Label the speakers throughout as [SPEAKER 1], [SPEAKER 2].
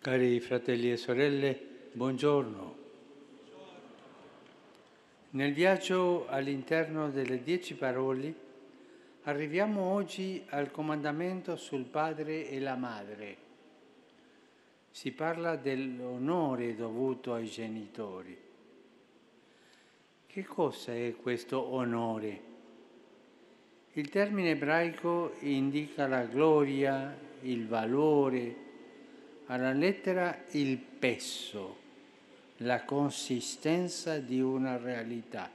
[SPEAKER 1] Cari fratelli e sorelle, buongiorno. Nel viaggio all'interno delle 10 parole arriviamo oggi al comandamento sul padre e la madre. Si parla dell'onore dovuto ai genitori. Che cosa è questo onore? Il termine ebraico indica la gloria, il valore, alla lettera il peso, la consistenza di una realtà.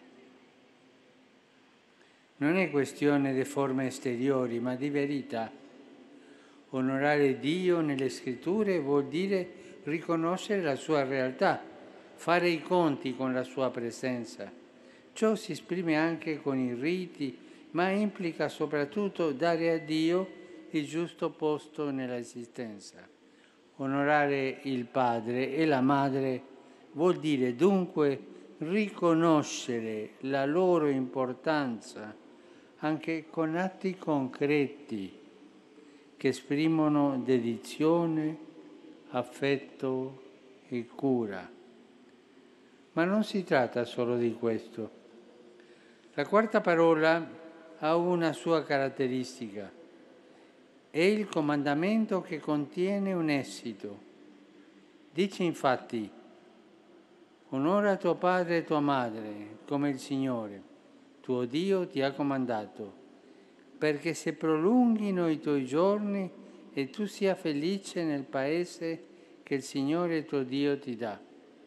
[SPEAKER 1] Non è questione di forme esteriori, ma di verità. Onorare Dio nelle scritture vuol dire riconoscere la sua realtà, fare i conti con la sua presenza. Ciò si esprime anche con i riti, ma implica soprattutto dare a Dio il giusto posto nell'esistenza. Onorare il padre e la madre vuol dire dunque riconoscere la loro importanza anche con atti concreti che esprimono dedizione, affetto e cura. Ma non si tratta solo di questo. La quarta parola ha una sua caratteristica. È il comandamento che contiene un esito. Dice infatti: onora tuo padre e tua madre, come il Signore, tuo Dio, ti ha comandato, perché se prolunghino i tuoi giorni e tu sia felice nel paese che il Signore tuo Dio ti dà.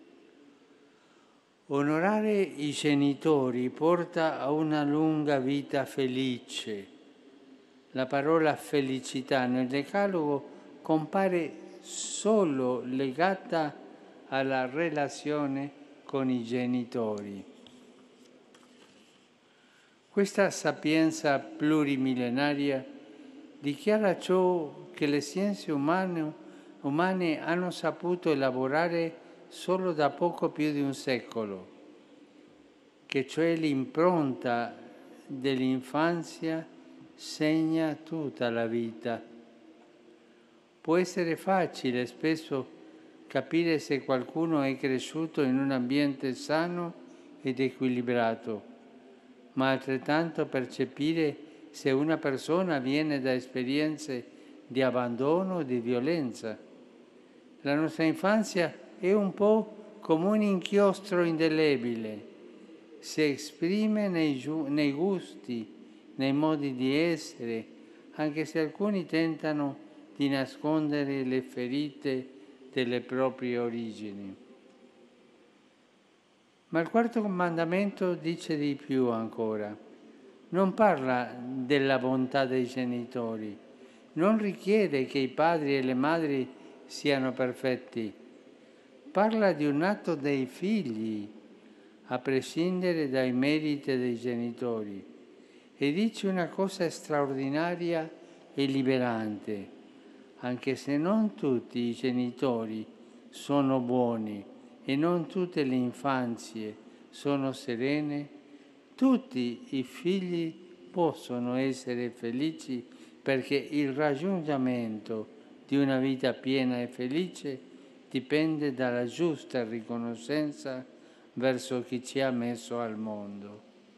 [SPEAKER 1] Onorare i genitori porta a una lunga vita felice. La parola felicità nel Decalogo compare solo legata alla relazione con i genitori. Questa sapienza plurimillenaria dichiara ciò che le scienze umane hanno saputo elaborare solo da poco più di un secolo, che cioè l'impronta dell'infanzia segna tutta la vita. Può essere facile spesso capire se qualcuno è cresciuto in un ambiente sano ed equilibrato, ma altrettanto percepire se una persona viene da esperienze di abbandono o di violenza. La nostra infanzia è un po' come un inchiostro indelebile, si esprime nei gusti, nei modi di essere, anche se alcuni tentano di nascondere le ferite delle proprie origini. Ma il quarto comandamento dice di più ancora. Non parla della bontà dei genitori, non richiede che i padri e le madri siano perfetti. Parla di un atto dei figli, a prescindere dai meriti dei genitori, e dice una cosa straordinaria e liberante. Anche se non tutti i genitori sono buoni e non tutte le infanzie sono serene, tutti i figli possono essere felici perché il raggiungimento di una vita piena e felice dipende dalla giusta riconoscenza verso chi ci ha messo al mondo.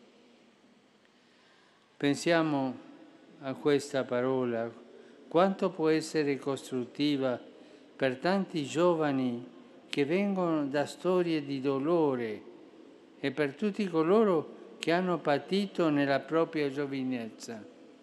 [SPEAKER 1] Pensiamo a questa parola, quanto può essere costruttiva per tanti giovani che vengono da storie di dolore e per tutti coloro che hanno patito nella propria giovinezza.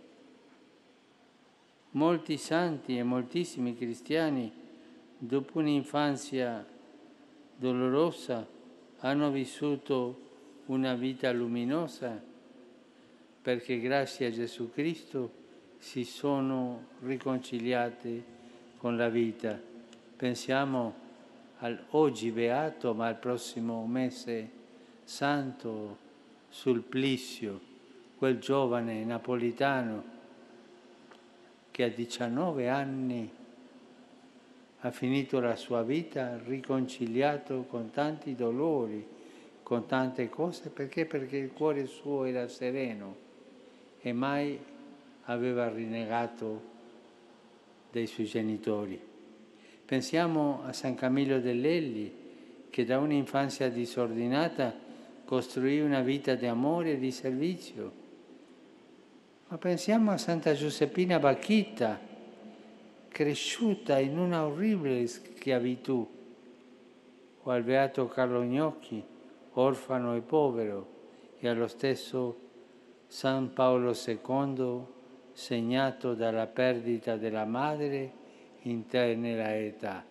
[SPEAKER 1] Molti santi e moltissimi cristiani, dopo un'infanzia dolorosa, hanno vissuto una vita luminosa perché grazie a Gesù Cristo si sono riconciliate con la vita. Pensiamo oggi beato, ma al prossimo mese santo, Sulpicio, quel giovane napolitano che a 19 anni ha finito la sua vita riconciliato con tanti dolori, con tante cose, perché? Perché il cuore suo era sereno e mai aveva rinnegato dei suoi genitori. Pensiamo a San Camillo dell'Elli, che da un'infanzia disordinata costruì una vita di amore e di servizio. Ma pensiamo a Santa Giuseppina Bakhita, cresciuta in una orribile schiavitù, o al beato Carlo Gnocchi, orfano e povero, e allo stesso San Paolo II, segnato dalla perdita della madre in tenera età.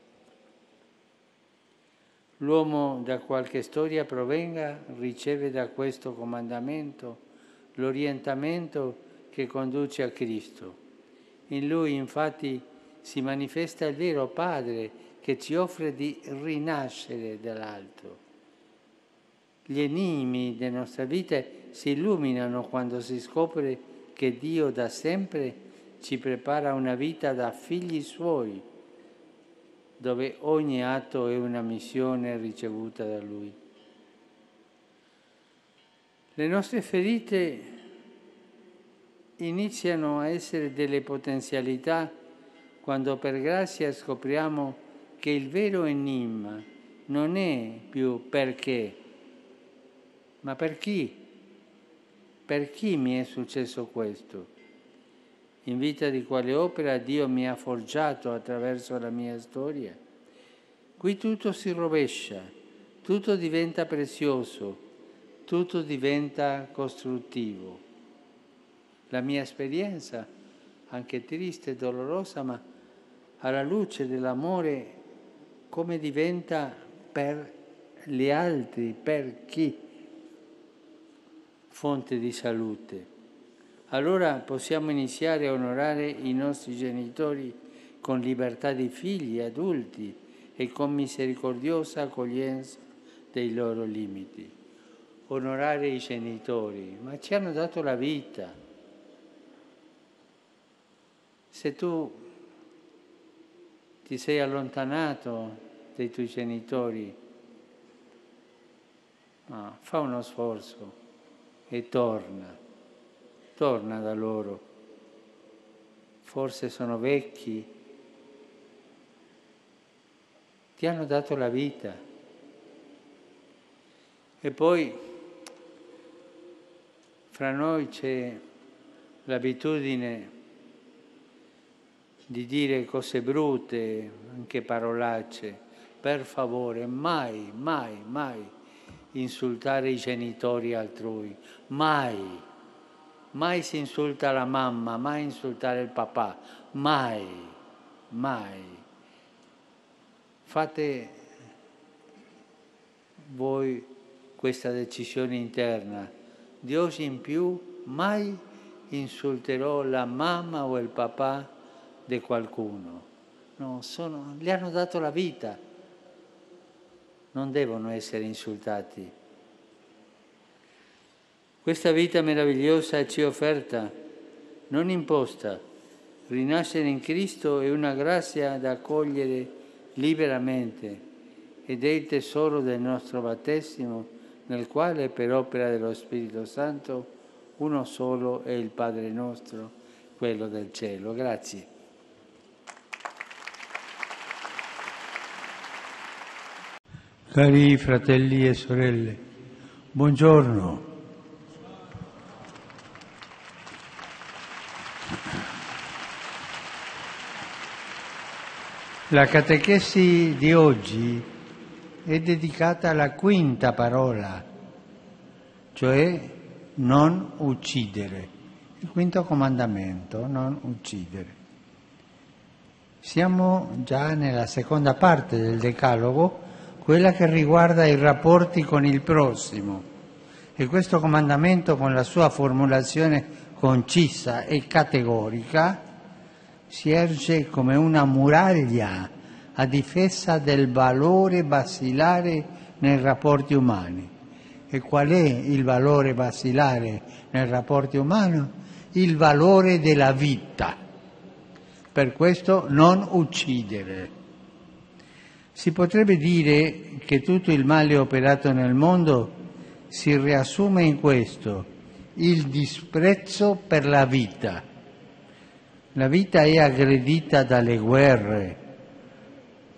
[SPEAKER 1] L'uomo, da qualche storia provenga, riceve da questo comandamento l'orientamento che conduce a Cristo. In Lui, infatti, si manifesta il vero Padre che ci offre di rinascere dall'alto. Gli enigmi della nostra vita si illuminano quando si scopre che Dio da sempre ci prepara una vita da figli Suoi, dove ogni atto è una missione ricevuta da Lui. Le nostre ferite iniziano a essere delle potenzialità quando per grazia scopriamo che il vero enigma non è più perché, ma per chi? Per chi mi è successo questo? In vita di quale opera Dio mi ha forgiato attraverso la mia storia? Qui tutto si rovescia, tutto diventa prezioso, tutto diventa costruttivo. La mia esperienza, anche triste e dolorosa, ma alla luce dell'amore, come diventa per gli altri, per chi? Fonte di salute. Allora possiamo iniziare a onorare i nostri genitori con libertà di figli adulti e con misericordiosa accoglienza dei loro limiti. Onorare i genitori, ma ci hanno dato la vita. Se tu ti sei allontanato dai tuoi genitori, fa uno sforzo e torna da loro. Forse sono vecchi, ti hanno dato la vita. E poi fra noi c'è l'abitudine di dire cose brutte, anche parolacce. Per favore, mai, mai, mai insultare i genitori altrui, mai. Mai si insulta la mamma, mai insultare il papà, mai, mai. Fate voi questa decisione interna. Di oggi in più mai insulterò la mamma o il papà di qualcuno. No, gli hanno dato la vita, non devono essere insultati. Questa vita meravigliosa ci è offerta, non imposta. Rinascere in Cristo è una grazia da accogliere liberamente ed è il tesoro del nostro battesimo, nel quale per opera dello Spirito Santo uno solo è il Padre nostro, quello del cielo. Grazie. Cari fratelli e sorelle, buongiorno. La catechesi di oggi è dedicata alla quinta parola, cioè non uccidere. Il quinto comandamento, non uccidere. Siamo già nella seconda parte del Decalogo, quella che riguarda i rapporti con il prossimo. E questo comandamento, con la sua formulazione concisa e categorica, si erge come una muraglia a difesa del valore basilare nei rapporti umani. E qual è il valore basilare nei rapporti umani? Il valore della vita. Per questo non uccidere. Si potrebbe dire che tutto il male operato nel mondo si riassume in questo: il disprezzo per la vita. La vita è aggredita dalle guerre,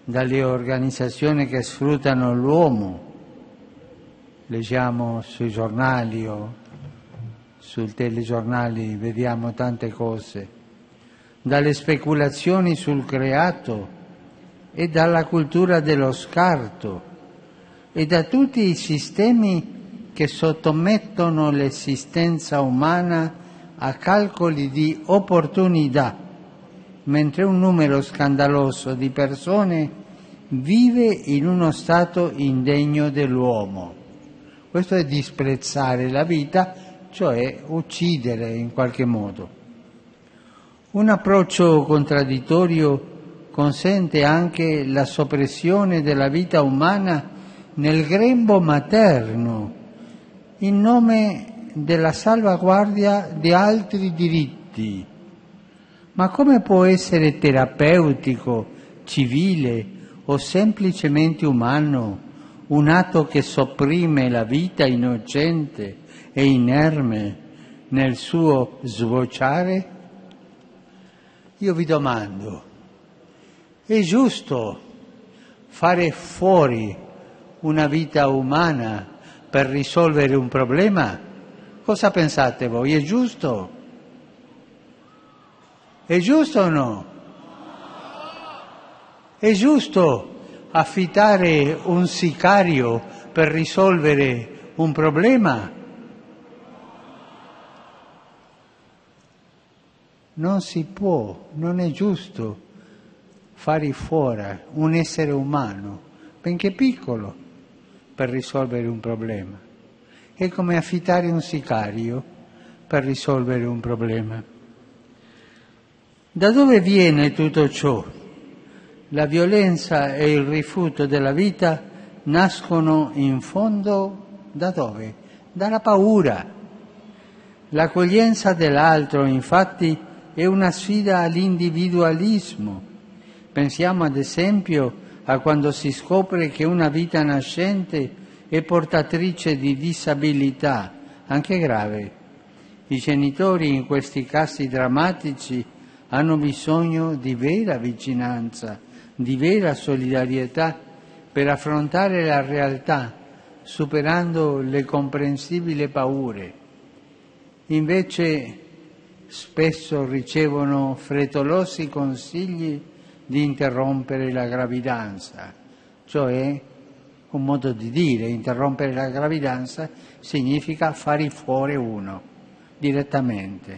[SPEAKER 1] dalle organizzazioni che sfruttano l'uomo, leggiamo sui giornali o sui telegiornali, vediamo tante cose, dalle speculazioni sul creato e dalla cultura dello scarto e da tutti i sistemi che sottomettono l'esistenza umana a calcoli di opportunità, mentre un numero scandaloso di persone vive in uno stato indegno dell'uomo. Questo è disprezzare la vita, cioè uccidere in qualche modo. Un approccio contraddittorio consente anche la soppressione della vita umana nel grembo materno, in nome della salvaguardia di altri diritti. Ma come può essere terapeutico, civile o semplicemente umano un atto che sopprime la vita innocente e inerme nel suo sbocciare? Io vi domando, è giusto fare fuori una vita umana per risolvere un problema? Cosa pensate voi? È giusto? È giusto o no? È giusto affittare un sicario per risolvere un problema? Non si può, non è giusto fare fuori un essere umano, benché piccolo, per risolvere un problema. È come affittare un sicario per risolvere un problema. Da dove viene tutto ciò? La violenza e il rifiuto della vita nascono in fondo da dove? Dalla paura. L'accoglienza dell'altro, infatti, è una sfida all'individualismo. Pensiamo ad esempio a quando si scopre che una vita nascente è portatrice di disabilità, anche grave. I genitori in questi casi drammatici hanno bisogno di vera vicinanza, di vera solidarietà per affrontare la realtà, superando le comprensibili paure. Invece spesso ricevono frettolosi consigli di interrompere la gravidanza, cioè un modo di dire, interrompere la gravidanza significa fare fuori uno direttamente.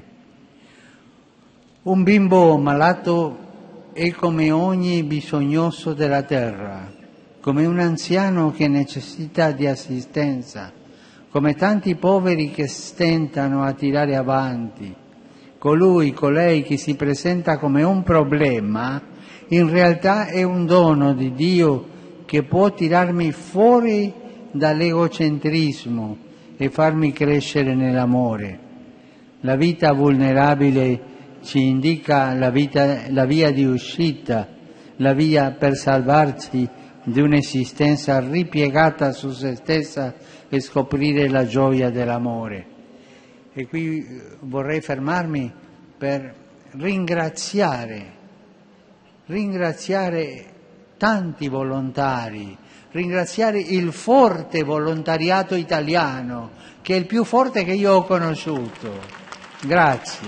[SPEAKER 1] Un bimbo malato è come ogni bisognoso della terra, come un anziano che necessita di assistenza, come tanti poveri che stentano a tirare avanti. Colei che si presenta come un problema, in realtà è un dono di Dio che può tirarmi fuori dall'egocentrismo e farmi crescere nell'amore. La vita vulnerabile ci indica la via di uscita, la via per salvarci di un'esistenza ripiegata su se stessa e scoprire la gioia dell'amore. E qui vorrei fermarmi per ringraziare tanti volontari, ringraziare il forte volontariato italiano, che è il più forte che io ho conosciuto. Grazie.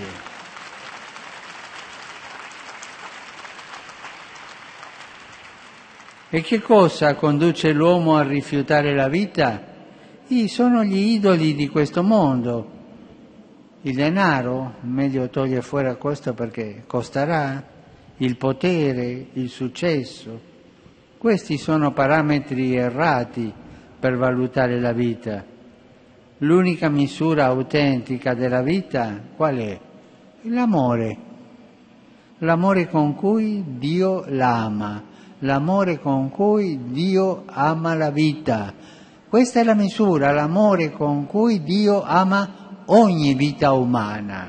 [SPEAKER 1] E che cosa conduce l'uomo a rifiutare la vita? Sono gli idoli di questo mondo. Il denaro, meglio togliere fuori questo perché costerà, il potere, il successo. Questi sono parametri errati per valutare la vita. L'unica misura autentica della vita qual è? L'amore. L'amore con cui Dio l'ama, l'amore con cui Dio ama la vita. Questa è la misura, l'amore con cui Dio ama ogni vita umana.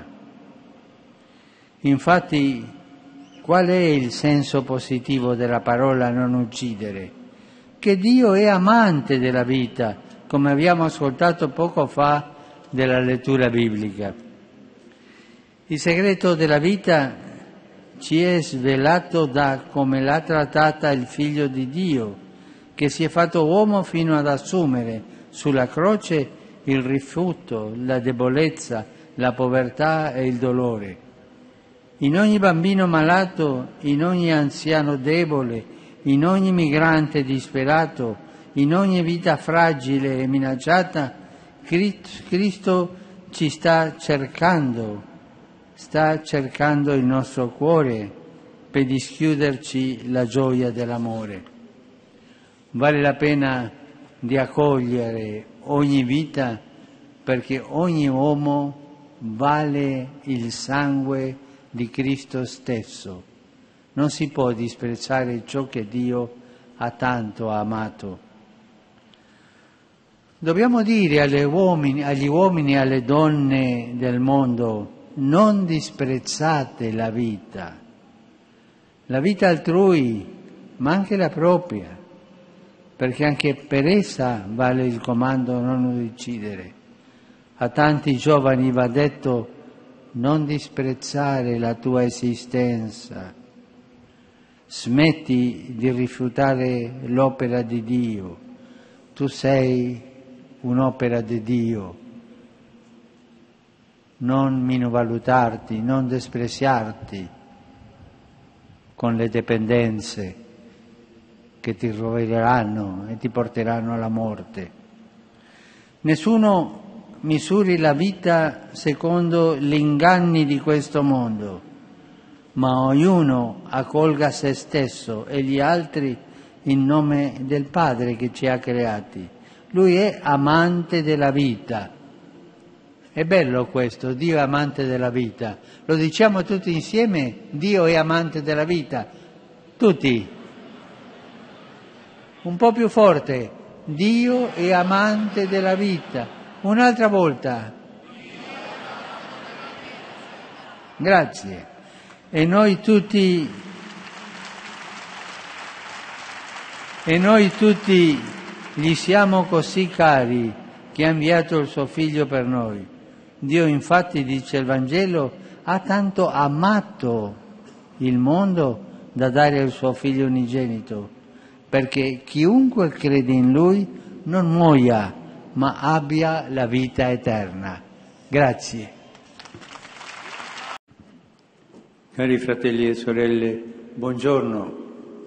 [SPEAKER 1] Infatti, qual è il senso positivo della parola non uccidere? Che Dio è amante della vita, come abbiamo ascoltato poco fa della lettura biblica. Il segreto della vita ci è svelato da come l'ha trattata il Figlio di Dio, che si è fatto uomo fino ad assumere sulla croce il rifiuto, la debolezza, la povertà e il dolore. In ogni bambino malato, in ogni anziano debole, in ogni migrante disperato, in ogni vita fragile e minacciata, Cristo ci sta cercando il nostro cuore per dischiuderci la gioia dell'amore. Vale la pena di accogliere ogni vita perché ogni uomo vale il sangue di Cristo stesso. Non si può disprezzare ciò che Dio ha tanto amato. Dobbiamo dire agli uomini e alle donne del mondo: non disprezzate la vita altrui, ma anche la propria, perché anche per essa vale il comando non uccidere. A tanti giovani va detto: non disprezzare la tua esistenza, smetti di rifiutare l'opera di Dio, tu sei un'opera di Dio, non minovalutarti, non disprezzarti con le dipendenze che ti rovineranno e ti porteranno alla morte. Nessuno misuri la vita secondo gli inganni di questo mondo, ma ognuno accolga se stesso e gli altri in nome del Padre che ci ha creati. Lui è amante della vita. È bello questo, Dio è amante della vita. Lo diciamo tutti insieme: Dio è amante della vita. Tutti. Un po' più forte. Dio è amante della vita. Un'altra volta. Grazie. E noi tutti gli siamo così cari che ha inviato il suo Figlio per noi. Dio infatti, dice il Vangelo, ha tanto amato il mondo da dare il suo Figlio unigenito, perché chiunque crede in Lui non muoia, ma abbia la vita eterna. Grazie. Cari fratelli e sorelle, buongiorno.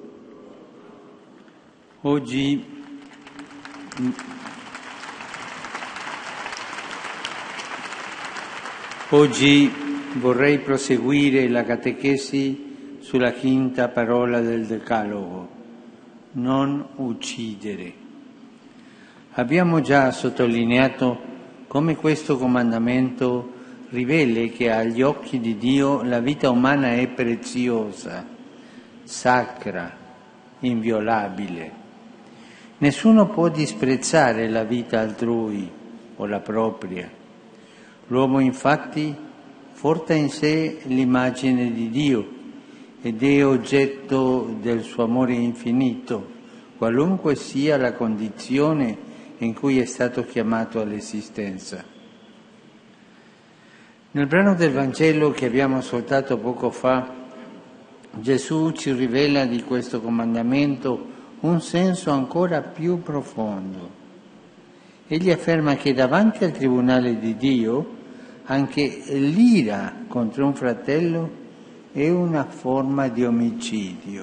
[SPEAKER 1] Oggi vorrei proseguire la catechesi sulla quinta parola del Decalogo: non uccidere. Abbiamo già sottolineato come questo comandamento riveli che agli occhi di Dio la vita umana è preziosa, sacra, inviolabile. Nessuno può disprezzare la vita altrui o la propria. L'uomo infatti porta in sé l'immagine di Dio ed è oggetto del suo amore infinito, qualunque sia la condizione in cui è stato chiamato all'esistenza. Nel brano del Vangelo che abbiamo ascoltato poco fa, Gesù ci rivela di questo comandamento un senso ancora più profondo. Egli afferma che davanti al tribunale di Dio anche l'ira contro un fratello è una forma di omicidio.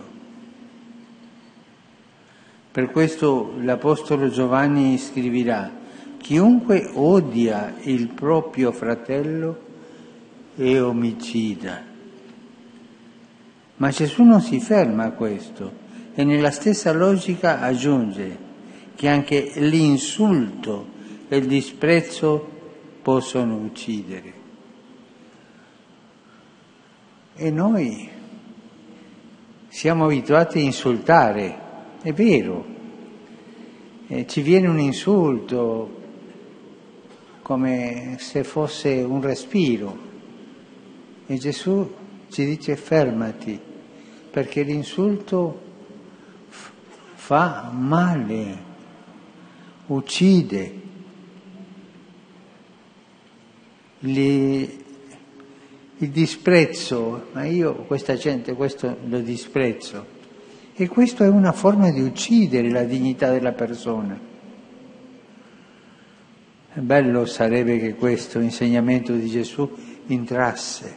[SPEAKER 1] Per questo l'Apostolo Giovanni scriverà: chiunque odia il proprio fratello è omicida. Ma Gesù non si ferma a questo e nella stessa logica aggiunge che anche l'insulto e il disprezzo possono uccidere. E noi siamo abituati a insultare, è vero, ci viene un insulto come se fosse un respiro e Gesù ci dice: fermati, perché l'insulto fa male, uccide. il disprezzo, ma io questa gente questo lo disprezzo. E questo è una forma di uccidere la dignità della persona. Bello sarebbe che questo insegnamento di Gesù entrasse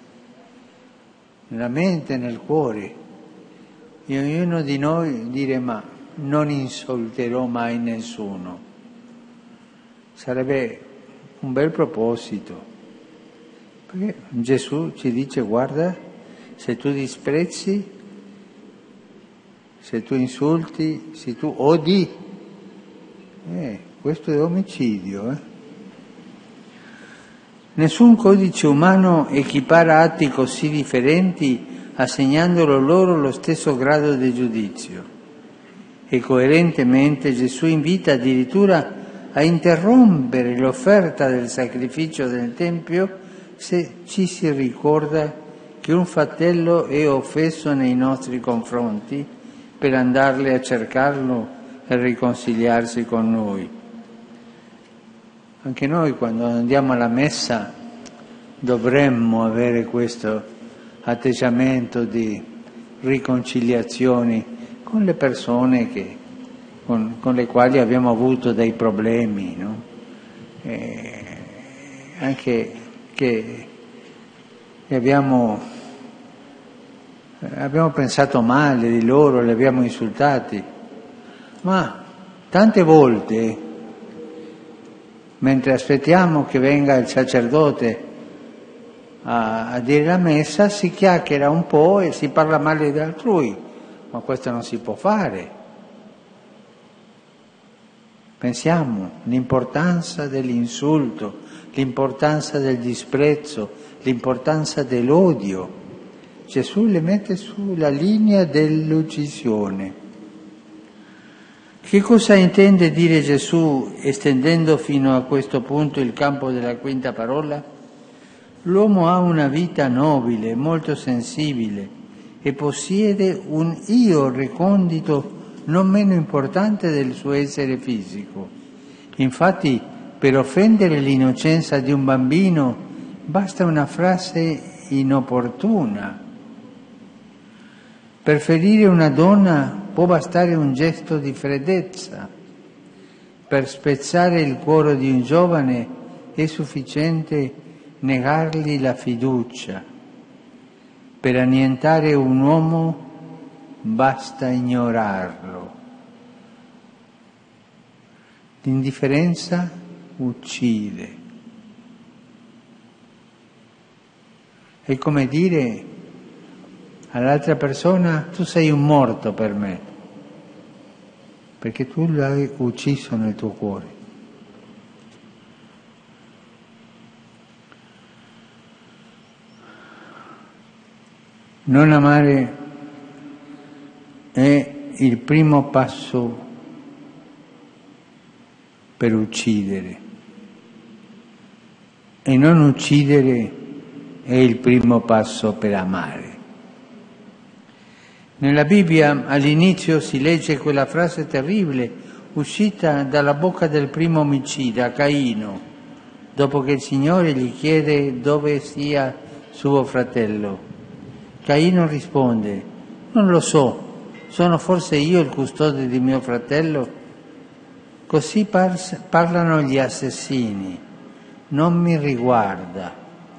[SPEAKER 1] nella mente e nel cuore, e ognuno di noi dire: ma non insulterò mai nessuno. Sarebbe un bel proposito, perché Gesù ci dice: guarda, se tu disprezzi, se tu insulti, se tu odi, questo è omicidio. Nessun codice umano equipara atti così differenti assegnandolo loro lo stesso grado di giudizio. E coerentemente Gesù invita addirittura a interrompere l'offerta del sacrificio del Tempio se ci si ricorda che un fratello è offeso nei nostri confronti, per andarle a cercarlo e riconsigliarsi con noi. Anche noi quando andiamo alla messa dovremmo avere questo atteggiamento di riconciliazione con le persone con le quali abbiamo avuto dei problemi, no? Anche che abbiamo pensato male di loro, li abbiamo insultati, ma tante volte, mentre aspettiamo che venga il sacerdote a dire la messa, si chiacchiera un po' e si parla male di altrui, ma questo non si può fare. Pensiamo l'importanza dell'insulto, l'importanza del disprezzo, l'importanza dell'odio. Gesù le mette sulla linea dell'uccisione. Che cosa intende dire Gesù estendendo fino a questo punto il campo della quinta parola? L'uomo ha una vita nobile, molto sensibile e possiede un io recondito non meno importante del suo essere fisico. Infatti, per offendere l'innocenza di un bambino basta una frase inopportuna. Per ferire una donna può bastare un gesto di freddezza. Per spezzare il cuore di un giovane è sufficiente negargli la fiducia. Per annientare un uomo basta ignorarlo. L'indifferenza uccide. È come dire all'altra persona: tu sei un morto per me, perché tu l'hai ucciso nel tuo cuore. Non amare è il primo passo per uccidere, e non uccidere è il primo passo per amare. Nella Bibbia all'inizio si legge quella frase terribile uscita dalla bocca del primo omicida, Caino, dopo che il Signore gli chiede dove sia suo fratello. Caino risponde: non lo so, sono forse io il custode di mio fratello? Così parlano gli assassini, non mi riguarda,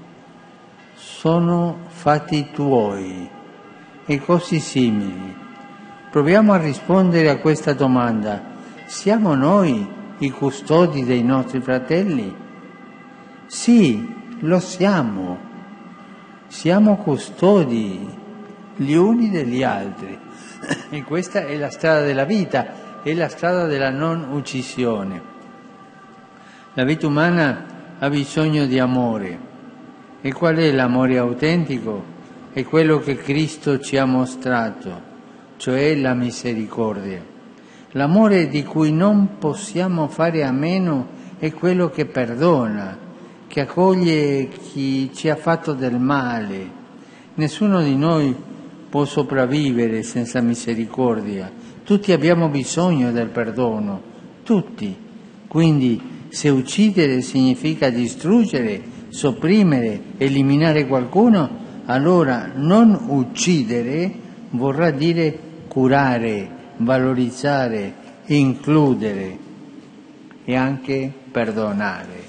[SPEAKER 1] sono fatti tuoi, e così simili. Proviamo a rispondere a questa domanda: siamo noi i custodi dei nostri fratelli? Sì, lo siamo. Siamo custodi gli uni degli altri. E questa è la strada della vita, è la strada della non uccisione. La vita umana ha bisogno di amore. E qual è l'amore autentico? È quello che Cristo ci ha mostrato, cioè la misericordia. L'amore di cui non possiamo fare a meno è quello che perdona, che accoglie chi ci ha fatto del male. Nessuno di noi può sopravvivere senza misericordia. Tutti abbiamo bisogno del perdono, tutti. Quindi se uccidere significa distruggere, sopprimere, eliminare qualcuno, allora non uccidere vorrà dire curare, valorizzare, includere e anche perdonare.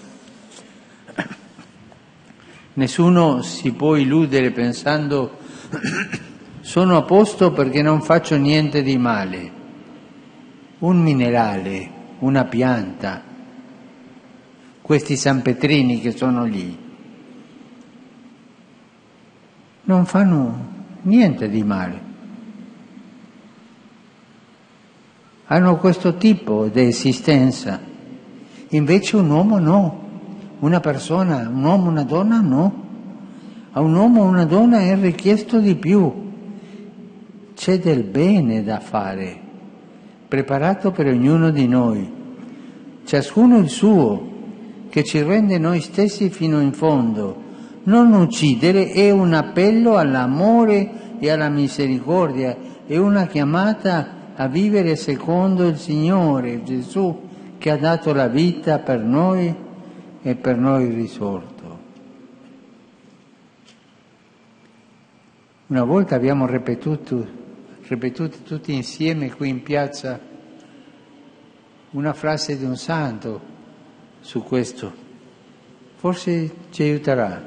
[SPEAKER 1] Nessuno si può illudere pensando sono a posto perché non faccio niente di male. Un minerale, una pianta, questi sanpetrini che sono lì, non fanno niente di male. Hanno questo tipo di esistenza. Invece un uomo no, una persona, un uomo, una donna no. A un uomo o una donna è richiesto di più. C'è del bene da fare, preparato per ognuno di noi, ciascuno il suo, che ci rende noi stessi fino in fondo. Non uccidere è un appello all'amore e alla misericordia, è una chiamata a vivere secondo il Signore Gesù, che ha dato la vita per noi e per noi risorto. Una volta abbiamo ripetuto tutti insieme qui in piazza una frase di un santo su questo, forse ci aiuterà.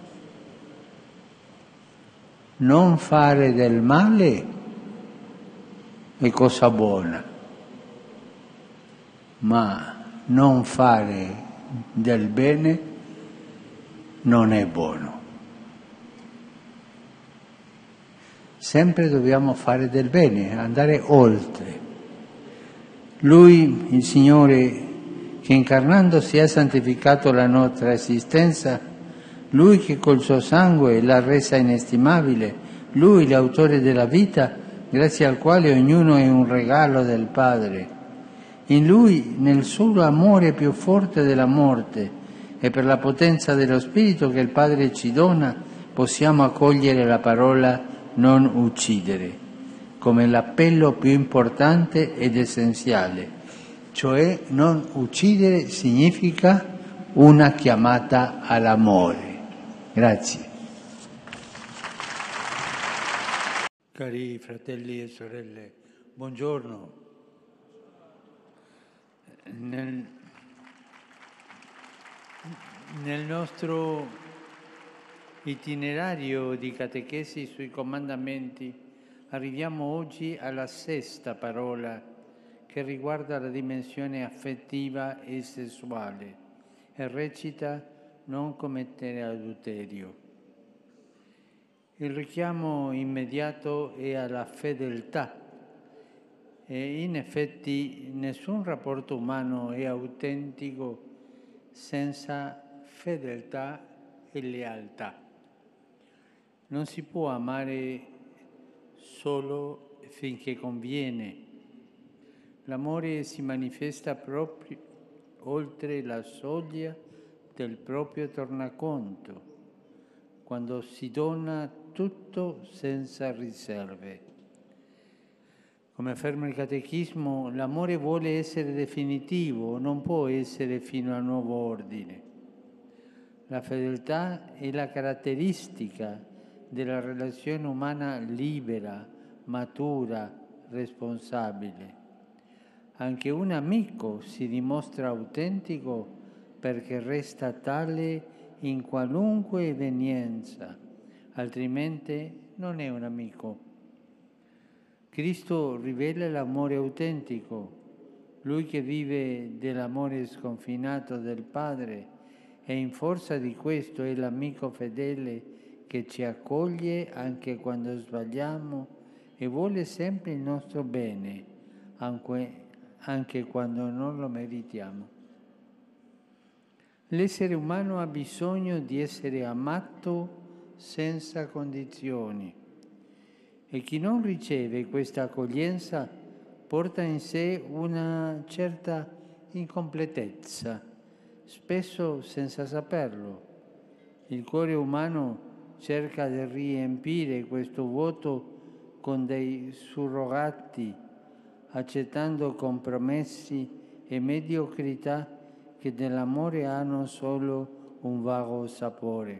[SPEAKER 1] Non fare del male è cosa buona, ma non fare del bene non è buono. Sempre dobbiamo fare del bene, andare oltre. Lui, il Signore, che incarnandosi ha santificato la nostra esistenza, Lui che col suo sangue l'ha resa inestimabile, Lui l'autore della vita, grazie al quale ognuno è un regalo del Padre. In Lui, nel solo amore più forte della morte e per la potenza dello Spirito che il Padre ci dona, possiamo accogliere la parola non uccidere come l'appello più importante ed essenziale, cioè non uccidere significa una chiamata all'amore. Grazie. Cari fratelli e sorelle, buongiorno. Nel nostro itinerario di catechesi sui comandamenti arriviamo oggi alla sesta parola che riguarda la dimensione affettiva e sessuale e recita non commettere adulterio. Il richiamo immediato è alla fedeltà e in effetti nessun rapporto umano è autentico senza fedeltà e lealtà. Non si può amare solo finché conviene. L'amore si manifesta proprio oltre la soglia del proprio tornaconto, quando si dona tutto senza riserve. Come afferma il Catechismo, l'amore vuole essere definitivo, non può essere fino a nuovo ordine. La fedeltà è la caratteristica della relazione umana libera, matura, responsabile. Anche un amico si dimostra autentico perché resta tale in qualunque evenienza, altrimenti non è un amico. Cristo rivela l'amore autentico, Lui che vive dell'amore sconfinato del Padre e in forza di questo è l'amico fedele che ci accoglie anche quando sbagliamo e vuole sempre il nostro bene, anche quando non lo meritiamo. L'essere umano ha bisogno di essere amato senza condizioni e chi non riceve questa accoglienza porta in sé una certa incompletezza, spesso senza saperlo. Il cuore umano cerca di riempire questo vuoto con dei surrogati, accettando compromessi e mediocrità che dell'amore hanno solo un vago sapore.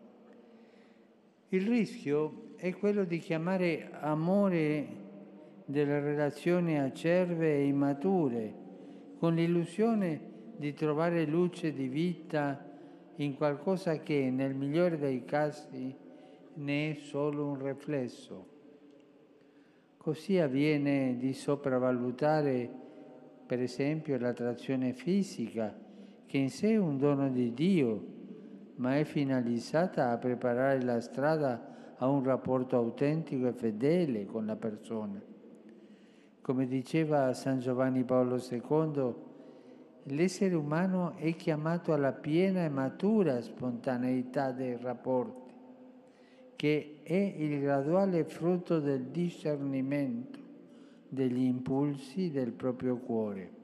[SPEAKER 1] Il rischio è quello di chiamare amore delle relazioni acerbe e immature, con l'illusione di trovare luce di vita in qualcosa che, nel migliore dei casi, ne è solo un riflesso. Così avviene di sopravvalutare, per esempio, l'attrazione fisica, che in sé è un dono di Dio, ma è finalizzata a preparare la strada a un rapporto autentico e fedele con la persona. Come diceva San Giovanni Paolo II, l'essere umano è chiamato alla piena e matura spontaneità dei rapporti, che è il graduale frutto del discernimento degli impulsi del proprio cuore.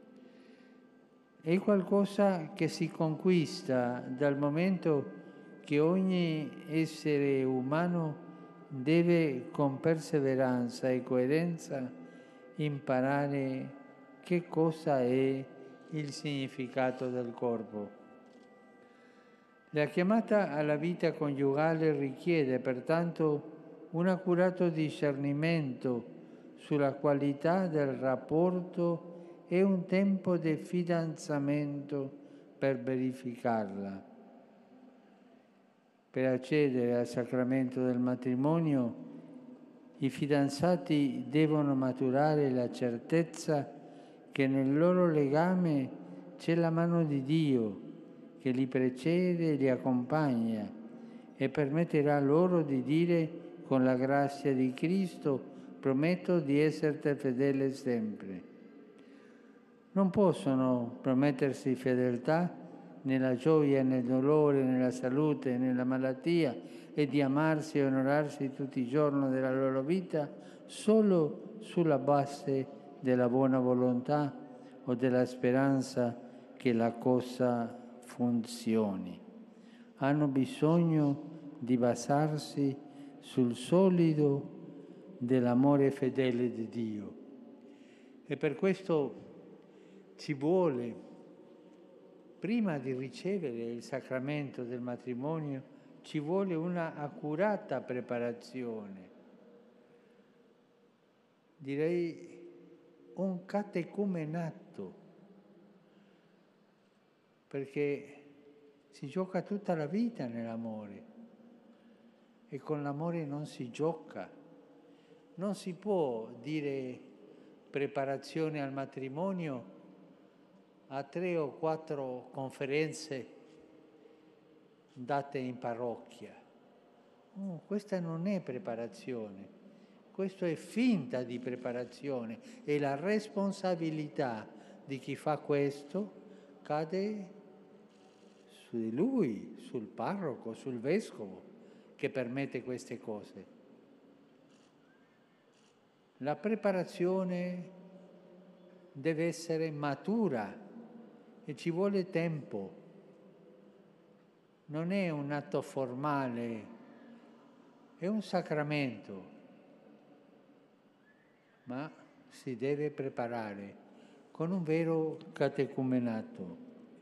[SPEAKER 1] È qualcosa che si conquista dal momento che ogni essere umano deve con perseveranza e coerenza imparare che cosa è il significato del corpo. La chiamata alla vita coniugale richiede pertanto un accurato discernimento sulla qualità del rapporto e un tempo di fidanzamento per verificarla. Per accedere al sacramento del matrimonio, i fidanzati devono maturare la certezza che nel loro legame c'è la mano di Dio che li precede e li accompagna e permetterà loro di dire con la grazia di Cristo: prometto di esserti fedele sempre. Non possono promettersi fedeltà nella gioia, nel dolore, nella salute, nella malattia e di amarsi e onorarsi tutti i giorni della loro vita solo sulla base della buona volontà o della speranza che la cosa funzioni. Hanno bisogno di basarsi sul solido dell'amore fedele di Dio. E per questo ci vuole, prima di ricevere il sacramento del matrimonio, ci vuole una accurata preparazione. Direi un catecumenato, perché si gioca tutta la vita nell'amore e con l'amore non si gioca. Non si può dire preparazione al matrimonio a 3 o 4 conferenze date in parrocchia. Questa non è preparazione, questo è finta di preparazione e la responsabilità di chi fa questo cade su di lui, sul parroco, sul vescovo che permette queste cose. La preparazione deve essere matura e ci vuole tempo. Non è un atto formale, è un sacramento, ma si deve preparare con un vero catecumenato.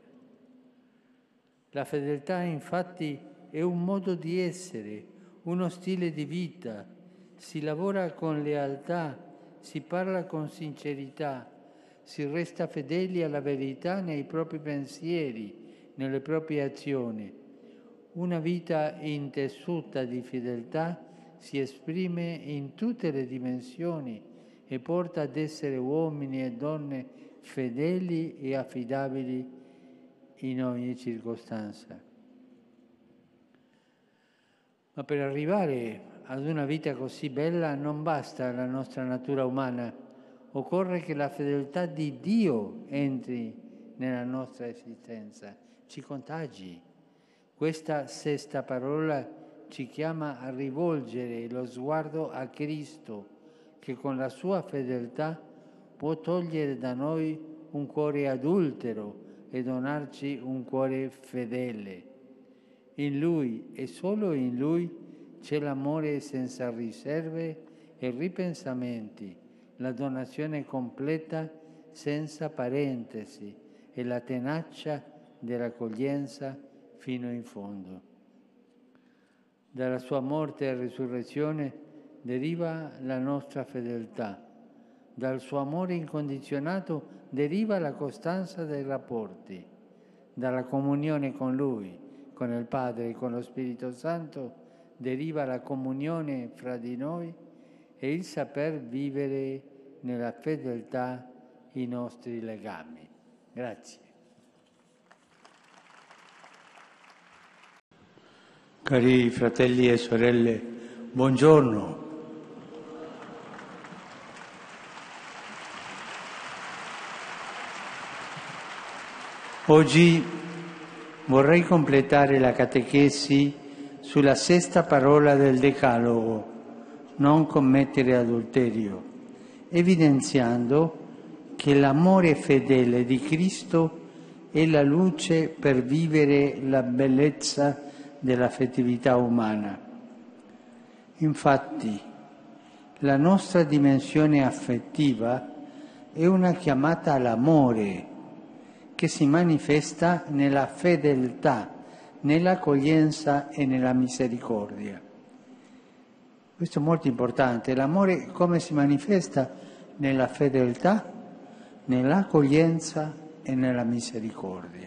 [SPEAKER 1] La fedeltà, infatti, è un modo di essere, uno stile di vita. Si lavora con lealtà, si parla con sincerità, si resta fedeli alla verità nei propri pensieri, nelle proprie azioni. Una vita intessuta di fedeltà si esprime in tutte le dimensioni e porta ad essere uomini e donne fedeli e affidabili in ogni circostanza. Ma per arrivare ad una vita così bella non basta la nostra natura umana, occorre che la fedeltà di Dio entri nella nostra esistenza, ci contagi. Questa sesta parola ci chiama a rivolgere lo sguardo a Cristo, che con la sua fedeltà può togliere da noi un cuore adultero e donarci un cuore fedele. In Lui e solo in Lui c'è l'amore senza riserve e ripensamenti, la donazione completa senza parentesi e la tenacia dell'accoglienza fino in fondo. Dalla sua morte e risurrezione deriva la nostra fedeltà. Dal suo amore incondizionato deriva la costanza dei rapporti. Dalla comunione con Lui, con il Padre e con lo Spirito Santo deriva la comunione fra di noi e il saper vivere nella fedeltà i nostri legami. Grazie. Cari fratelli e sorelle, buongiorno. Oggi vorrei completare la catechesi sulla sesta parola del Decalogo, non commettere adulterio, evidenziando che l'amore fedele di Cristo è la luce per vivere la bellezza dell'affettività umana. Infatti, la nostra dimensione affettiva è una chiamata all'amore che si manifesta nella fedeltà, nell'accoglienza e nella misericordia. Questo è molto importante. L'amore come si manifesta? Nella fedeltà, nell'accoglienza e nella misericordia.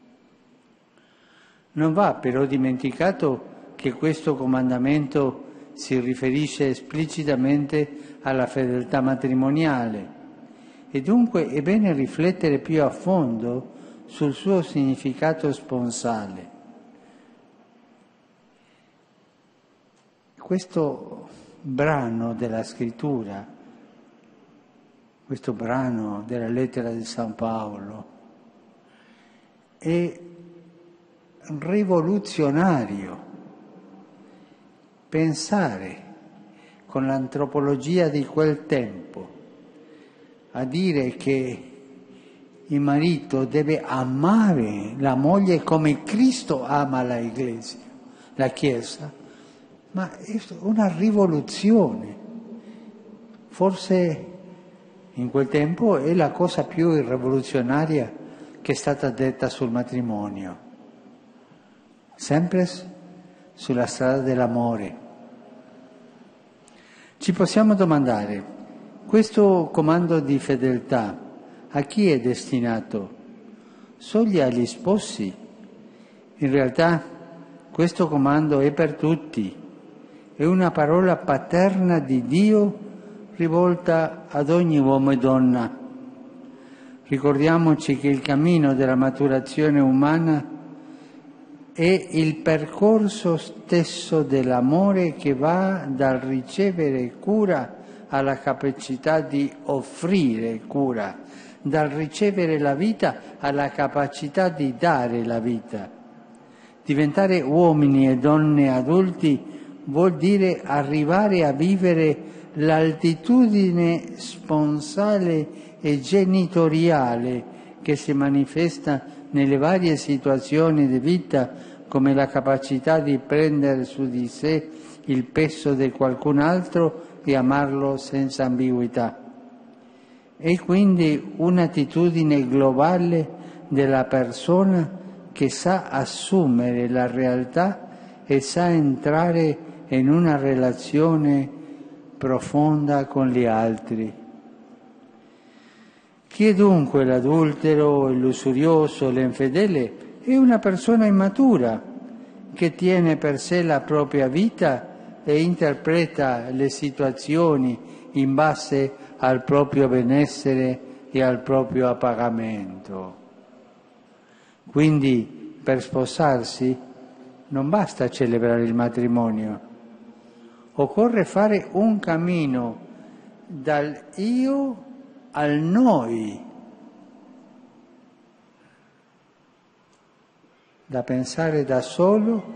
[SPEAKER 1] Non va però dimenticato che questo comandamento si riferisce esplicitamente alla fedeltà matrimoniale e dunque è bene riflettere più a fondo sul suo significato sponsale. Questo brano della Scrittura, questo brano della lettera di San Paolo, è rivoluzionario. Pensare con l'antropologia di quel tempo a dire che il marito deve amare la moglie come Cristo ama la Iglesia, la Chiesa, ma è una rivoluzione. Forse in quel tempo è la cosa più rivoluzionaria che è stata detta sul matrimonio, sempre sulla strada dell'amore. Ci possiamo domandare, questo comando di fedeltà a chi è destinato? Solo agli sposi? In realtà questo comando è per tutti, è una parola paterna di Dio rivolta ad ogni uomo e donna. Ricordiamoci che il cammino della maturazione umana è il percorso stesso dell'amore che va dal ricevere cura alla capacità di offrire cura, dal ricevere la vita alla capacità di dare la vita. Diventare uomini e donne adulti vuol dire arrivare a vivere l'altitudine sponsale e genitoriale che si manifesta nelle varie situazioni di vita, come la capacità di prendere su di sé il peso di qualcun altro e amarlo senza ambiguità. È quindi un'attitudine globale della persona che sa assumere la realtà e sa entrare in una relazione profonda con gli altri. Chi è dunque l'adultero, il lussurioso, l'infedele è una persona immatura che tiene per sé la propria vita e interpreta le situazioni in base al proprio benessere e al proprio appagamento. Quindi per sposarsi non basta celebrare il matrimonio, occorre fare un cammino dal io al noi, da pensare da solo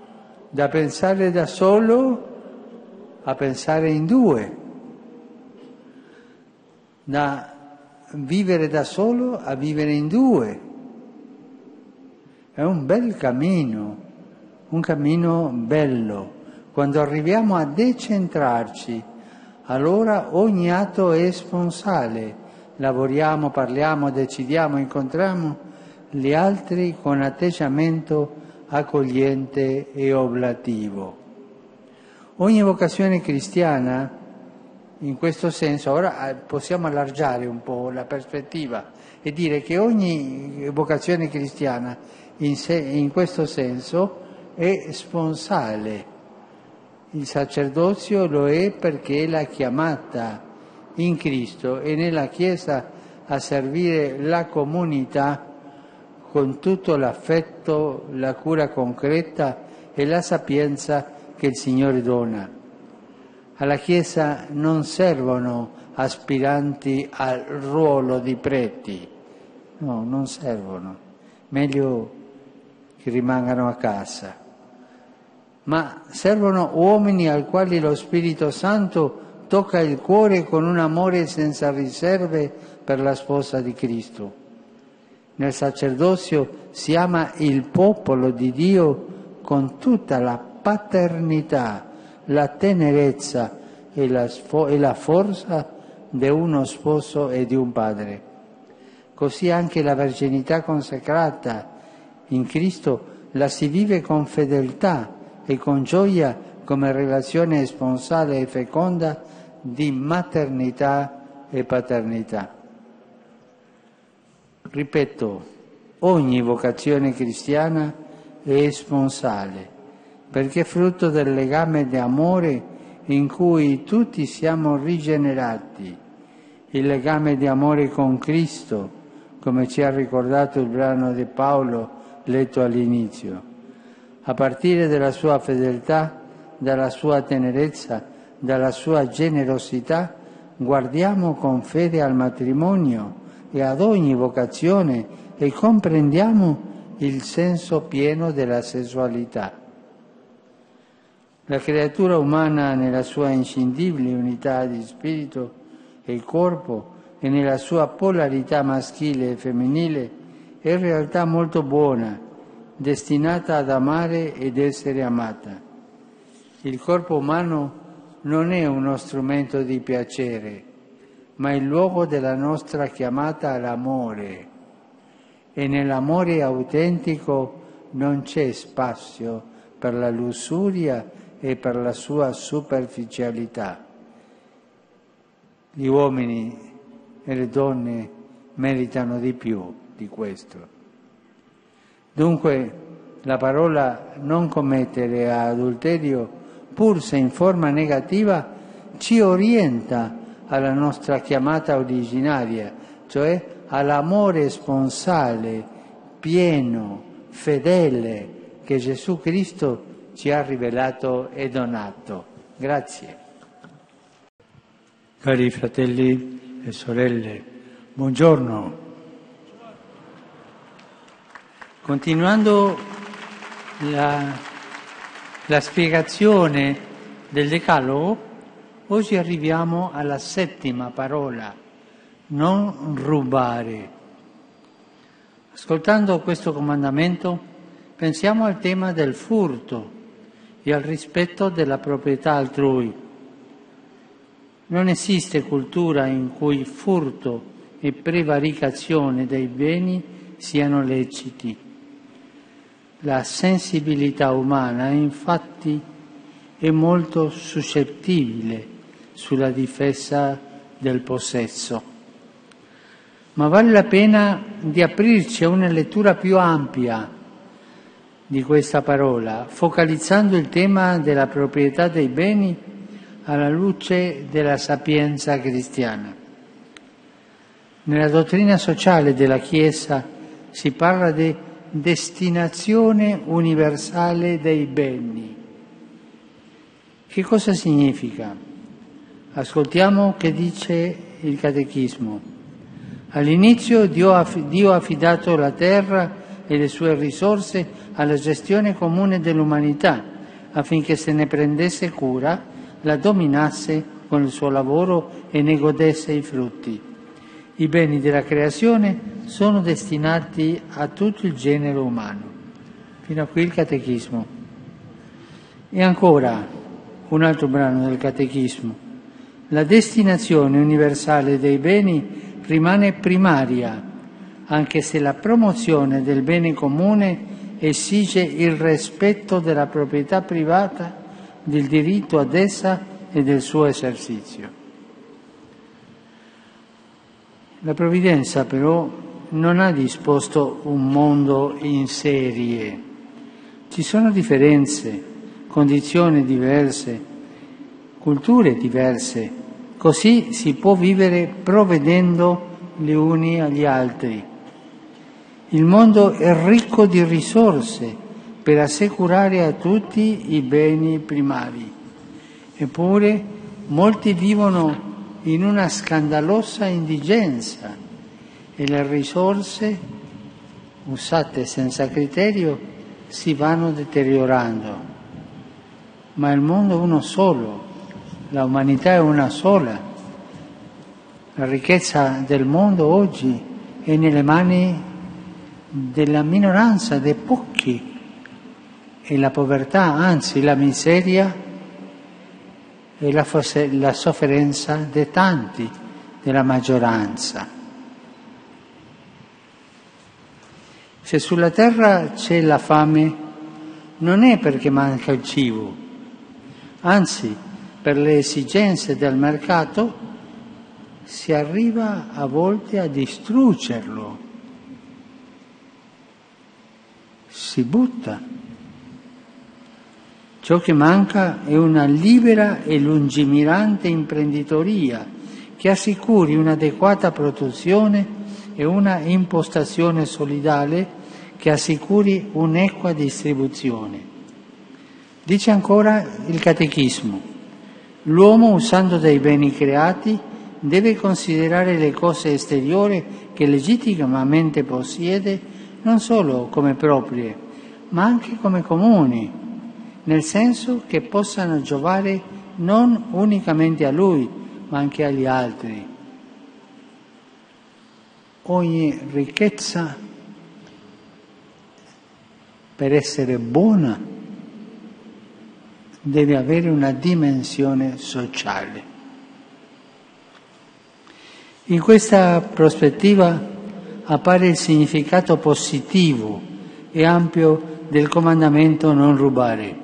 [SPEAKER 1] a pensare in due, da vivere da solo a vivere in due. È un bel cammino, un cammino bello. Quando arriviamo a decentrarci, allora ogni atto è sponsale. Lavoriamo, parliamo, decidiamo, incontriamo gli altri con atteggiamento accogliente e oblativo. Ogni vocazione cristiana, in questo senso, ora possiamo allargare un po' la prospettiva e dire che ogni vocazione cristiana in questo senso è sponsale. Il sacerdozio lo è perché è la chiamata in Cristo e nella Chiesa a servire la comunità con tutto l'affetto, la cura concreta e la sapienza che il Signore dona. Alla Chiesa non servono aspiranti al ruolo di preti, no, non servono, meglio che rimangano a casa, ma servono uomini ai quali lo Spirito Santo tocca il cuore con un amore senza riserve per la sposa di Cristo. Nel sacerdozio si ama il popolo di Dio con tutta la paternità, la tenerezza e la forza di uno sposo e di un padre. Così anche la verginità consacrata in Cristo la si vive con fedeltà e con gioia come relazione sponsale e feconda di maternità e paternità. Ripeto, ogni vocazione cristiana è sponsale, perché è frutto del legame di amore in cui tutti siamo rigenerati, il legame di amore con Cristo, come ci ha ricordato il brano di Paolo letto all'inizio. A partire dalla sua fedeltà, dalla sua tenerezza, dalla sua generosità, guardiamo con fede al matrimonio e ad ogni vocazione e comprendiamo il senso pieno della sessualità. La creatura umana nella sua inscindibile unità di spirito e corpo e nella sua polarità maschile e femminile è in realtà molto buona, destinata ad amare ed essere amata. Il corpo umano non è uno strumento di piacere, ma il luogo della nostra chiamata all'amore. E nell'amore autentico non c'è spazio per la lussuria e per la sua superficialità. Gli uomini e le donne meritano di più di questo. Dunque la parola non commettere adulterio, pur se in forma negativa, ci orienta alla nostra chiamata originaria, cioè all'amore sponsale, pieno, fedele, che Gesù Cristo ci ha rivelato e donato. Grazie. Cari fratelli e sorelle, buongiorno. Continuando la spiegazione del Decalogo, oggi arriviamo alla settima parola, non rubare. Ascoltando questo comandamento, pensiamo al tema del furto e al rispetto della proprietà altrui. Non esiste cultura in cui furto e prevaricazione dei beni siano leciti. La sensibilità umana, infatti, è molto suscettibile sulla difesa del possesso. Ma vale la pena di aprirci a una lettura più ampia di questa parola, focalizzando il tema della proprietà dei beni alla luce della sapienza cristiana. Nella dottrina sociale della Chiesa si parla di destinazione universale dei beni. Che cosa significa? Ascoltiamo che dice il Catechismo. All'inizio Dio ha affidato la terra e le sue risorse alla gestione comune dell'umanità, affinché se ne prendesse cura, la dominasse con il suo lavoro e ne godesse i frutti. I beni della creazione sono destinati a tutto il genere umano. Fino a qui il Catechismo. E ancora un altro brano del Catechismo. La destinazione universale dei beni rimane primaria, anche se la promozione del bene comune esige il rispetto della proprietà privata, del diritto ad essa e del suo esercizio. La provvidenza però non ha disposto un mondo in serie. Ci sono differenze, condizioni diverse, culture diverse. Così si può vivere provvedendo gli uni agli altri. Il mondo è ricco di risorse per assicurare a tutti i beni primari. Eppure molti vivono in una scandalosa indigenza e le risorse usate senza criterio si vanno deteriorando. Ma il mondo è uno solo, la umanità è una sola. La ricchezza del mondo oggi è nelle mani della minoranza, dei pochi, e la povertà, anzi la miseria e la sofferenza dei tanti, della maggioranza. Se sulla terra c'è la fame, non è perché manca il cibo, anzi, per le esigenze del mercato si arriva a volte a distruggerlo. Si butta. Ciò che manca è una libera e lungimirante imprenditoria che assicuri un'adeguata produzione e una impostazione solidale che assicuri un'equa distribuzione. Dice ancora il Catechismo: l'uomo, usando dei beni creati, deve considerare le cose esteriori che legittimamente possiede non solo come proprie, ma anche come comuni, nel senso che possano giovare non unicamente a lui, ma anche agli altri. Ogni ricchezza, per essere buona, deve avere una dimensione sociale. In questa prospettiva appare il significato positivo e ampio del comandamento non rubare.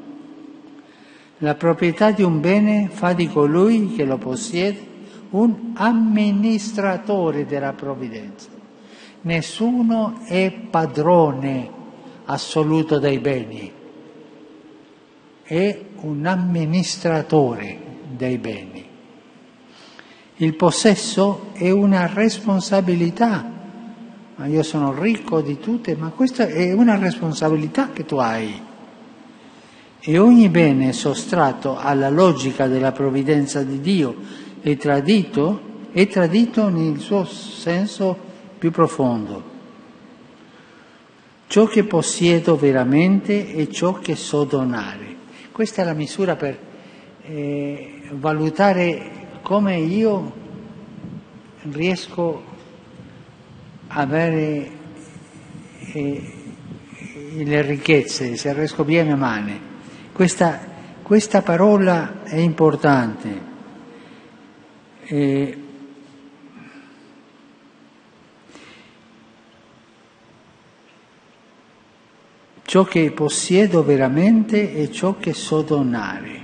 [SPEAKER 1] La proprietà di un bene fa di colui che lo possiede un amministratore della provvidenza. Nessuno è padrone assoluto dei beni, è un amministratore dei beni. Il possesso è una responsabilità. Ma io sono ricco di tutte, ma questa è una responsabilità che tu hai. E ogni bene sottratto alla logica della provvidenza di Dio è tradito nel suo senso più profondo. Ciò che possiedo veramente è ciò che so donare. Questa è la misura per valutare come io riesco a avere le ricchezze, se riesco bene a male. Questa parola è importante. Ciò che possiedo veramente è ciò che so donare.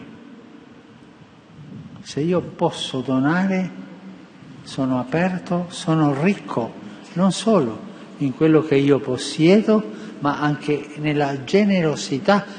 [SPEAKER 1] Se io posso donare, sono aperto, sono ricco, non solo in quello che io possiedo, ma anche nella generosità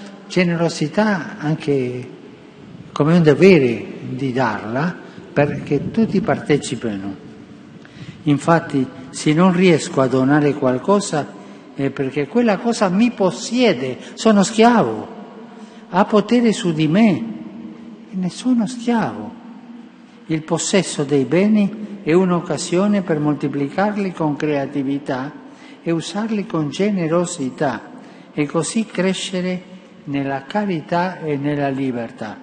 [SPEAKER 1] anche come un dovere di darla perché tutti partecipino. Infatti, se non riesco a donare qualcosa è perché quella cosa mi possiede, sono schiavo, ha potere su di me e ne sono schiavo. Il possesso dei beni è un'occasione per moltiplicarli con creatività e usarli con generosità e così crescere nella carità e nella libertà.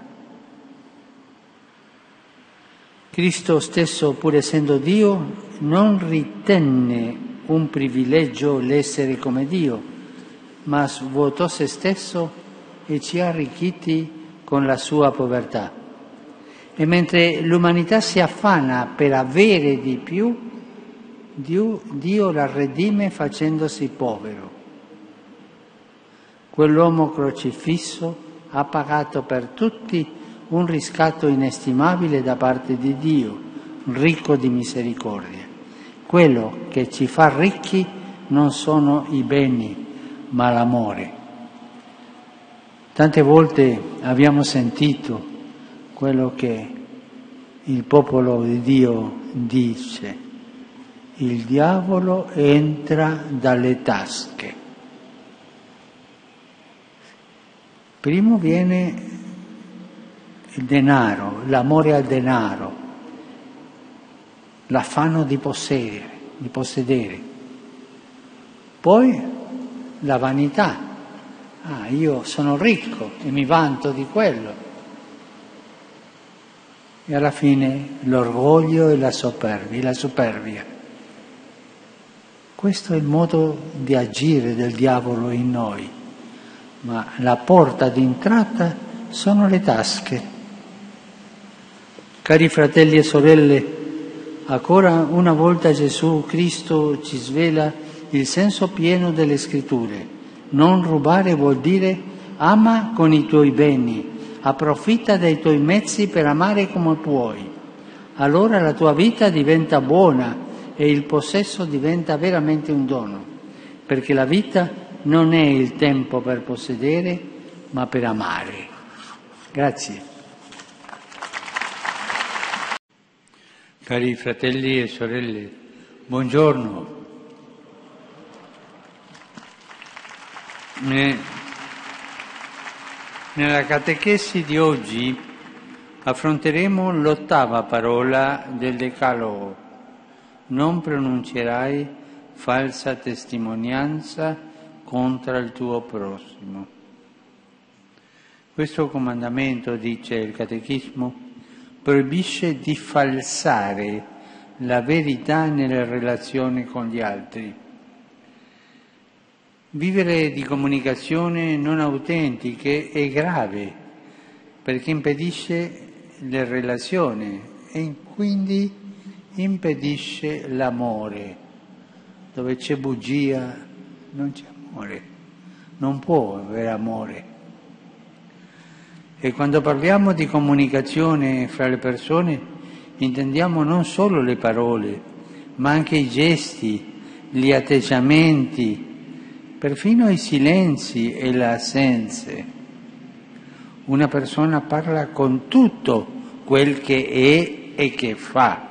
[SPEAKER 1] Cristo stesso, pur essendo Dio, non ritenne un privilegio l'essere come Dio, ma svuotò se stesso e ci ha arricchiti con la sua povertà. E mentre l'umanità si affanna per avere di più, Dio la redime facendosi povero. Quell'uomo crocifisso ha pagato per tutti un riscatto inestimabile da parte di Dio, ricco di misericordia. Quello che ci fa ricchi non sono i beni, ma l'amore. Tante volte abbiamo sentito quello che il popolo di Dio dice: il diavolo entra dalle tasche. Primo viene il denaro, l'amore al denaro, l'affanno di possedere. Poi la vanità. Io sono ricco e mi vanto di quello. E alla fine l'orgoglio e la superbia. Questo è il modo di agire del diavolo in noi, ma la porta d'entrata sono le tasche. Cari fratelli e sorelle, ancora una volta Gesù Cristo ci svela il senso pieno delle Scritture. Non rubare vuol dire ama con i tuoi beni, approfitta dei tuoi mezzi per amare come puoi. Allora la tua vita diventa buona e il possesso diventa veramente un dono, perché la vita non è il tempo per possedere, ma per amare. Grazie. Cari fratelli e sorelle, buongiorno. Nella catechesi di oggi affronteremo l'8ª parola del Decalogo. Non pronuncerai falsa testimonianza contro il tuo prossimo. Questo comandamento, dice il Catechismo, proibisce di falsare la verità nelle relazioni con gli altri. Vivere di comunicazioni non autentiche è grave, perché impedisce le relazioni e quindi impedisce l'amore. Dove c'è bugia non c'è amore, non può avere amore. E quando parliamo di comunicazione fra le persone intendiamo non solo le parole, ma anche i gesti, gli atteggiamenti, perfino i silenzi e le assenze. Una persona parla con tutto quel che è e che fa.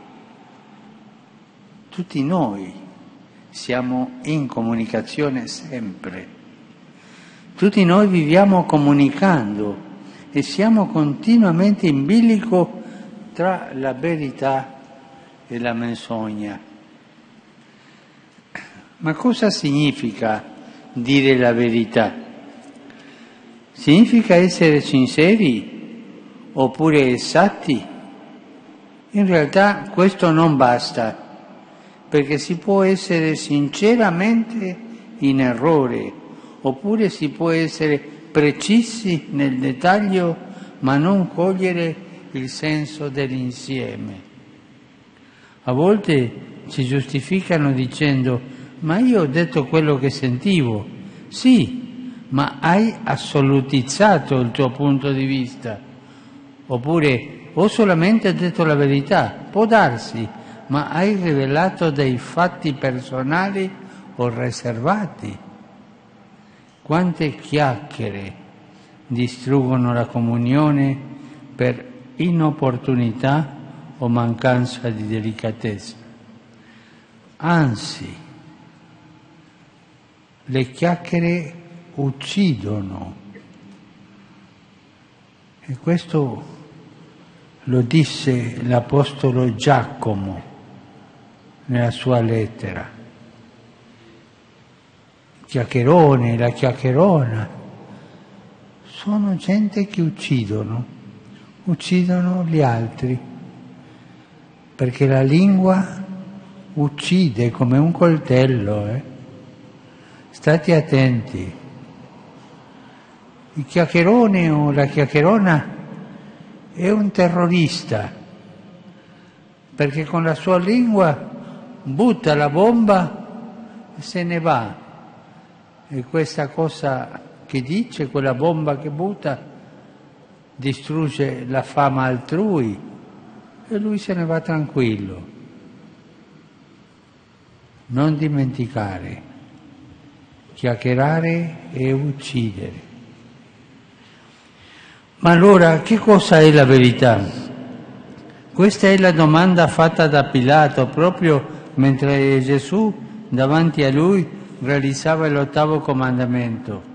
[SPEAKER 1] Tutti noi siamo in comunicazione sempre. Tutti noi viviamo comunicando e siamo continuamente in bilico tra la verità e la menzogna. Ma cosa significa dire la verità? Significa essere sinceri oppure esatti? In realtà questo non basta, perché si può essere sinceramente in errore, oppure si può essere precisi nel dettaglio, ma non cogliere il senso dell'insieme. A volte ci giustificano dicendo: ma io ho detto quello che sentivo. Sì, ma hai assolutizzato il tuo punto di vista. Oppure ho solamente detto la verità, può darsi, ma hai rivelato dei fatti personali o riservati. Quante chiacchiere distruggono la comunione per inopportunità o mancanza di delicatezza. Anzi, le chiacchiere uccidono. E questo lo disse l'Apostolo Giacomo nella sua lettera. Il chiacchierone, la chiacchierona sono gente che uccidono gli altri, perché la lingua uccide come un coltello. State attenti. Il chiacchierone o la chiacchierona è un terrorista, perché con la sua lingua butta la bomba e se ne va. E questa cosa che dice, quella bomba che butta, distrugge la fama altrui e lui se ne va tranquillo. Non dimenticare, chiacchierare e uccidere. Ma allora che cosa è la verità? Questa è la domanda fatta da Pilato proprio mentre Gesù davanti a lui realizzava l'8° comandamento.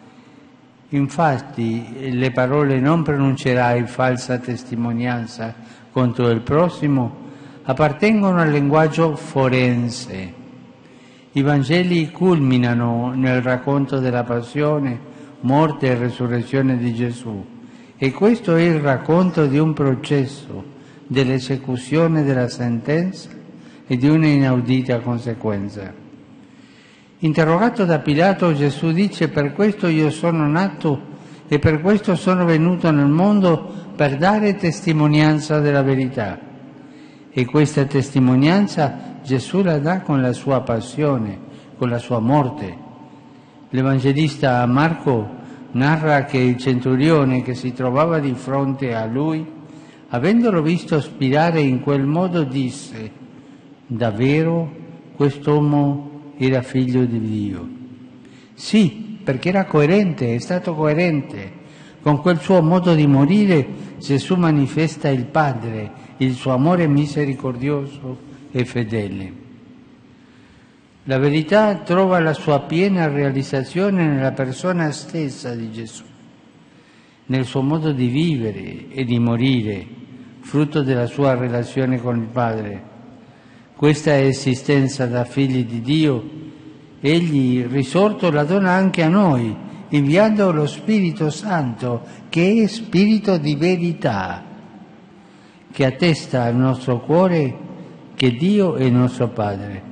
[SPEAKER 1] Infatti le parole "non pronuncerai falsa testimonianza contro il prossimo" appartengono al linguaggio forense. I Vangeli culminano nel racconto della passione, morte e resurrezione di Gesù, e questo è il racconto di un processo, dell'esecuzione della sentenza e di una inaudita conseguenza. Interrogato da Pilato, Gesù dice: per questo io sono nato e per questo sono venuto nel mondo, per dare testimonianza della verità. E questa testimonianza Gesù la dà con la sua passione, con la sua morte. L'Evangelista Marco narra che il centurione che si trovava di fronte a lui, avendolo visto spirare in quel modo, disse: davvero quest'uomo era figlio di Dio. Sì, perché era coerente, è stato coerente. Con quel suo modo di morire Gesù manifesta il Padre, il suo amore misericordioso e fedele. La verità trova la sua piena realizzazione nella persona stessa di Gesù, nel suo modo di vivere e di morire, frutto della sua relazione con il Padre. Questa esistenza da figli di Dio, Egli risorto la dona anche a noi, inviando lo Spirito Santo, che è spirito di verità, che attesta al nostro cuore che Dio è il nostro Padre.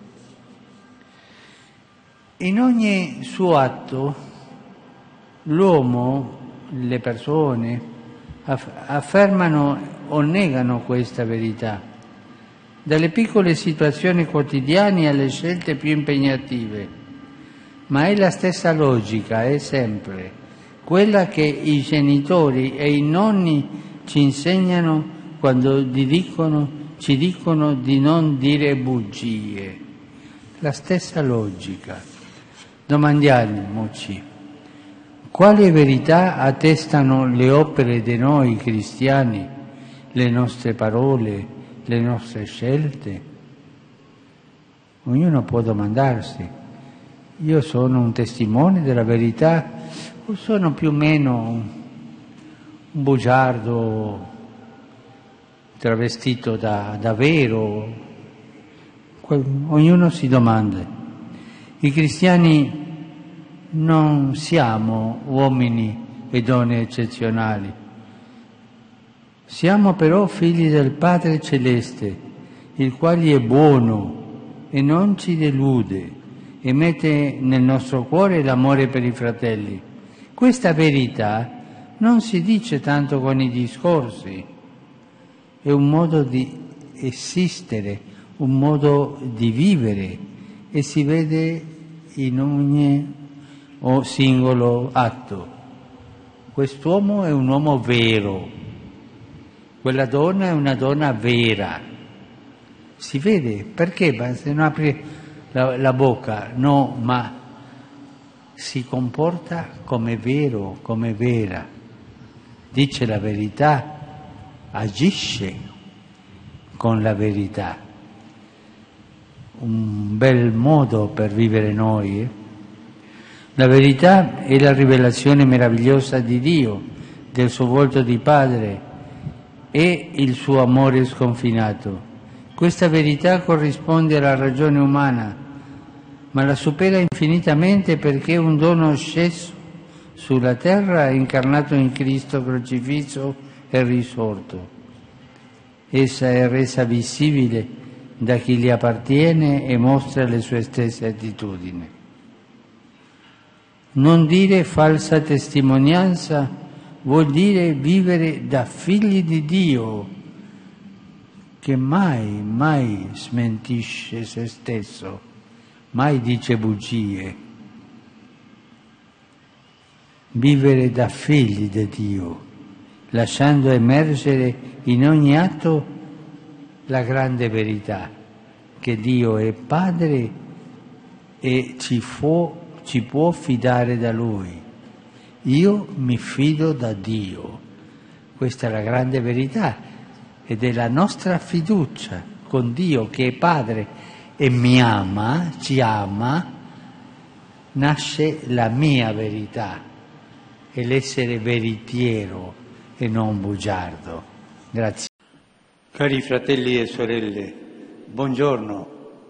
[SPEAKER 1] In ogni suo atto l'uomo, le persone, affermano o negano questa verità, dalle piccole situazioni quotidiane alle scelte più impegnative, ma è la stessa logica, è sempre quella che i genitori e i nonni ci insegnano quando ci dicono di non dire bugie. La stessa logica. Domandiamoci: quali verità attestano le opere di noi cristiani, le nostre parole, le nostre scelte? Ognuno può domandarsi: io sono un testimone della verità o sono più o meno un bugiardo travestito da vero? Ognuno si domanda. I cristiani non siamo uomini e donne eccezionali, siamo però figli del Padre Celeste, il quale è buono e non ci delude e mette nel nostro cuore l'amore per i fratelli. Questa verità non si dice tanto con i discorsi, è un modo di esistere, un modo di vivere, e si vede in ogni singolo atto. Quest'uomo è un uomo vero, quella donna è una donna vera. Si vede, perché? Ma se non apri la bocca, no, ma si comporta come vero, come vera, dice la verità, agisce con la verità. Un bel modo per vivere noi. La verità è la rivelazione meravigliosa di Dio, del suo volto di Padre e il suo amore sconfinato. Questa verità corrisponde alla ragione umana, ma la supera infinitamente perché è un dono sceso sulla terra, incarnato in Cristo crocifisso e risorto. Essa è resa visibile da chi gli appartiene e mostra le sue stesse attitudini. Non dire falsa testimonianza vuol dire vivere da figli di Dio, che mai smentisce se stesso, mai dice bugie. vivere da figli di Dio, lasciando emergere in ogni atto la grande verità, che Dio è Padre e ci può fidare da Lui. Io mi fido da Dio. Questa è la grande verità ed è la nostra fiducia con Dio che è Padre e mi ama, ci ama, nasce la mia verità e l'essere veritiero e non bugiardo. Grazie. Cari fratelli e sorelle, buongiorno.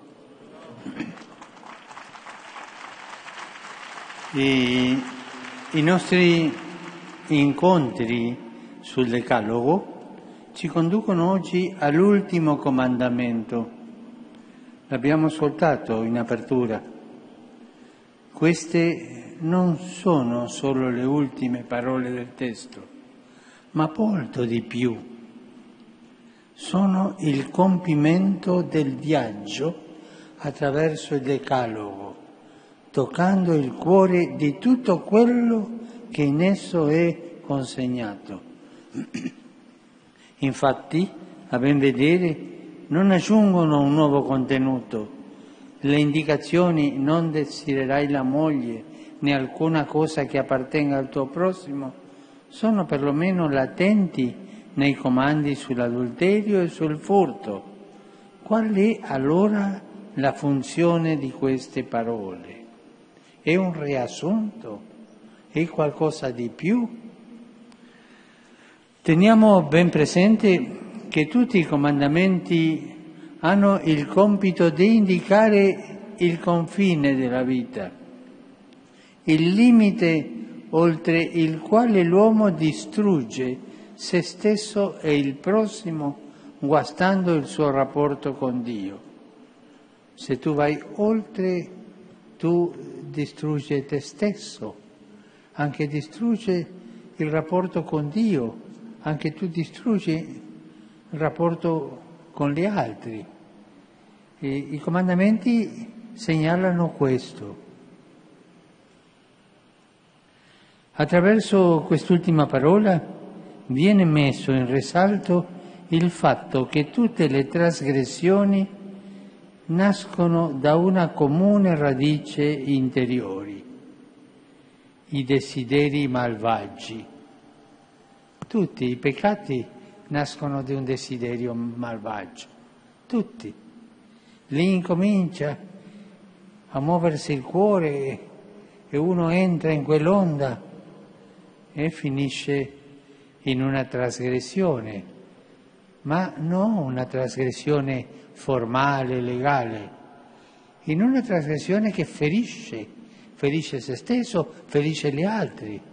[SPEAKER 1] I nostri incontri sul Decalogo ci conducono oggi all'ultimo comandamento. L'abbiamo ascoltato in apertura. Queste non sono solo le ultime parole del testo, ma molto di più. Sono il compimento del viaggio attraverso il Decalogo, toccando il cuore di tutto quello che in esso è consegnato. Infatti, a ben vedere, non aggiungono un nuovo contenuto. Le indicazioni non desiderai la moglie né alcuna cosa che appartenga al tuo prossimo sono perlomeno latenti nei comandi sull'adulterio e sul furto. Qual è allora la funzione di queste parole? È un riassunto? È qualcosa di più? Teniamo ben presente che tutti i comandamenti hanno il compito di indicare il confine della vita, il limite oltre il quale l'uomo distrugge se stesso e il prossimo, guastando il suo rapporto con Dio. Se tu vai oltre, tu distruggi te stesso, anche distruggi il rapporto con Dio, anche tu distruggi il rapporto con gli altri. E i comandamenti segnalano questo. Attraverso quest'ultima parola viene messo in risalto il fatto che tutte le trasgressioni nascono da una comune radice interiore, i desideri malvagi. Tutti i peccati nascono da un desiderio malvagio, tutti. Lì incomincia a muoversi il cuore e uno entra in quell'onda e finisce in una trasgressione, ma non una trasgressione formale, legale, in una trasgressione che ferisce se stesso, ferisce gli altri.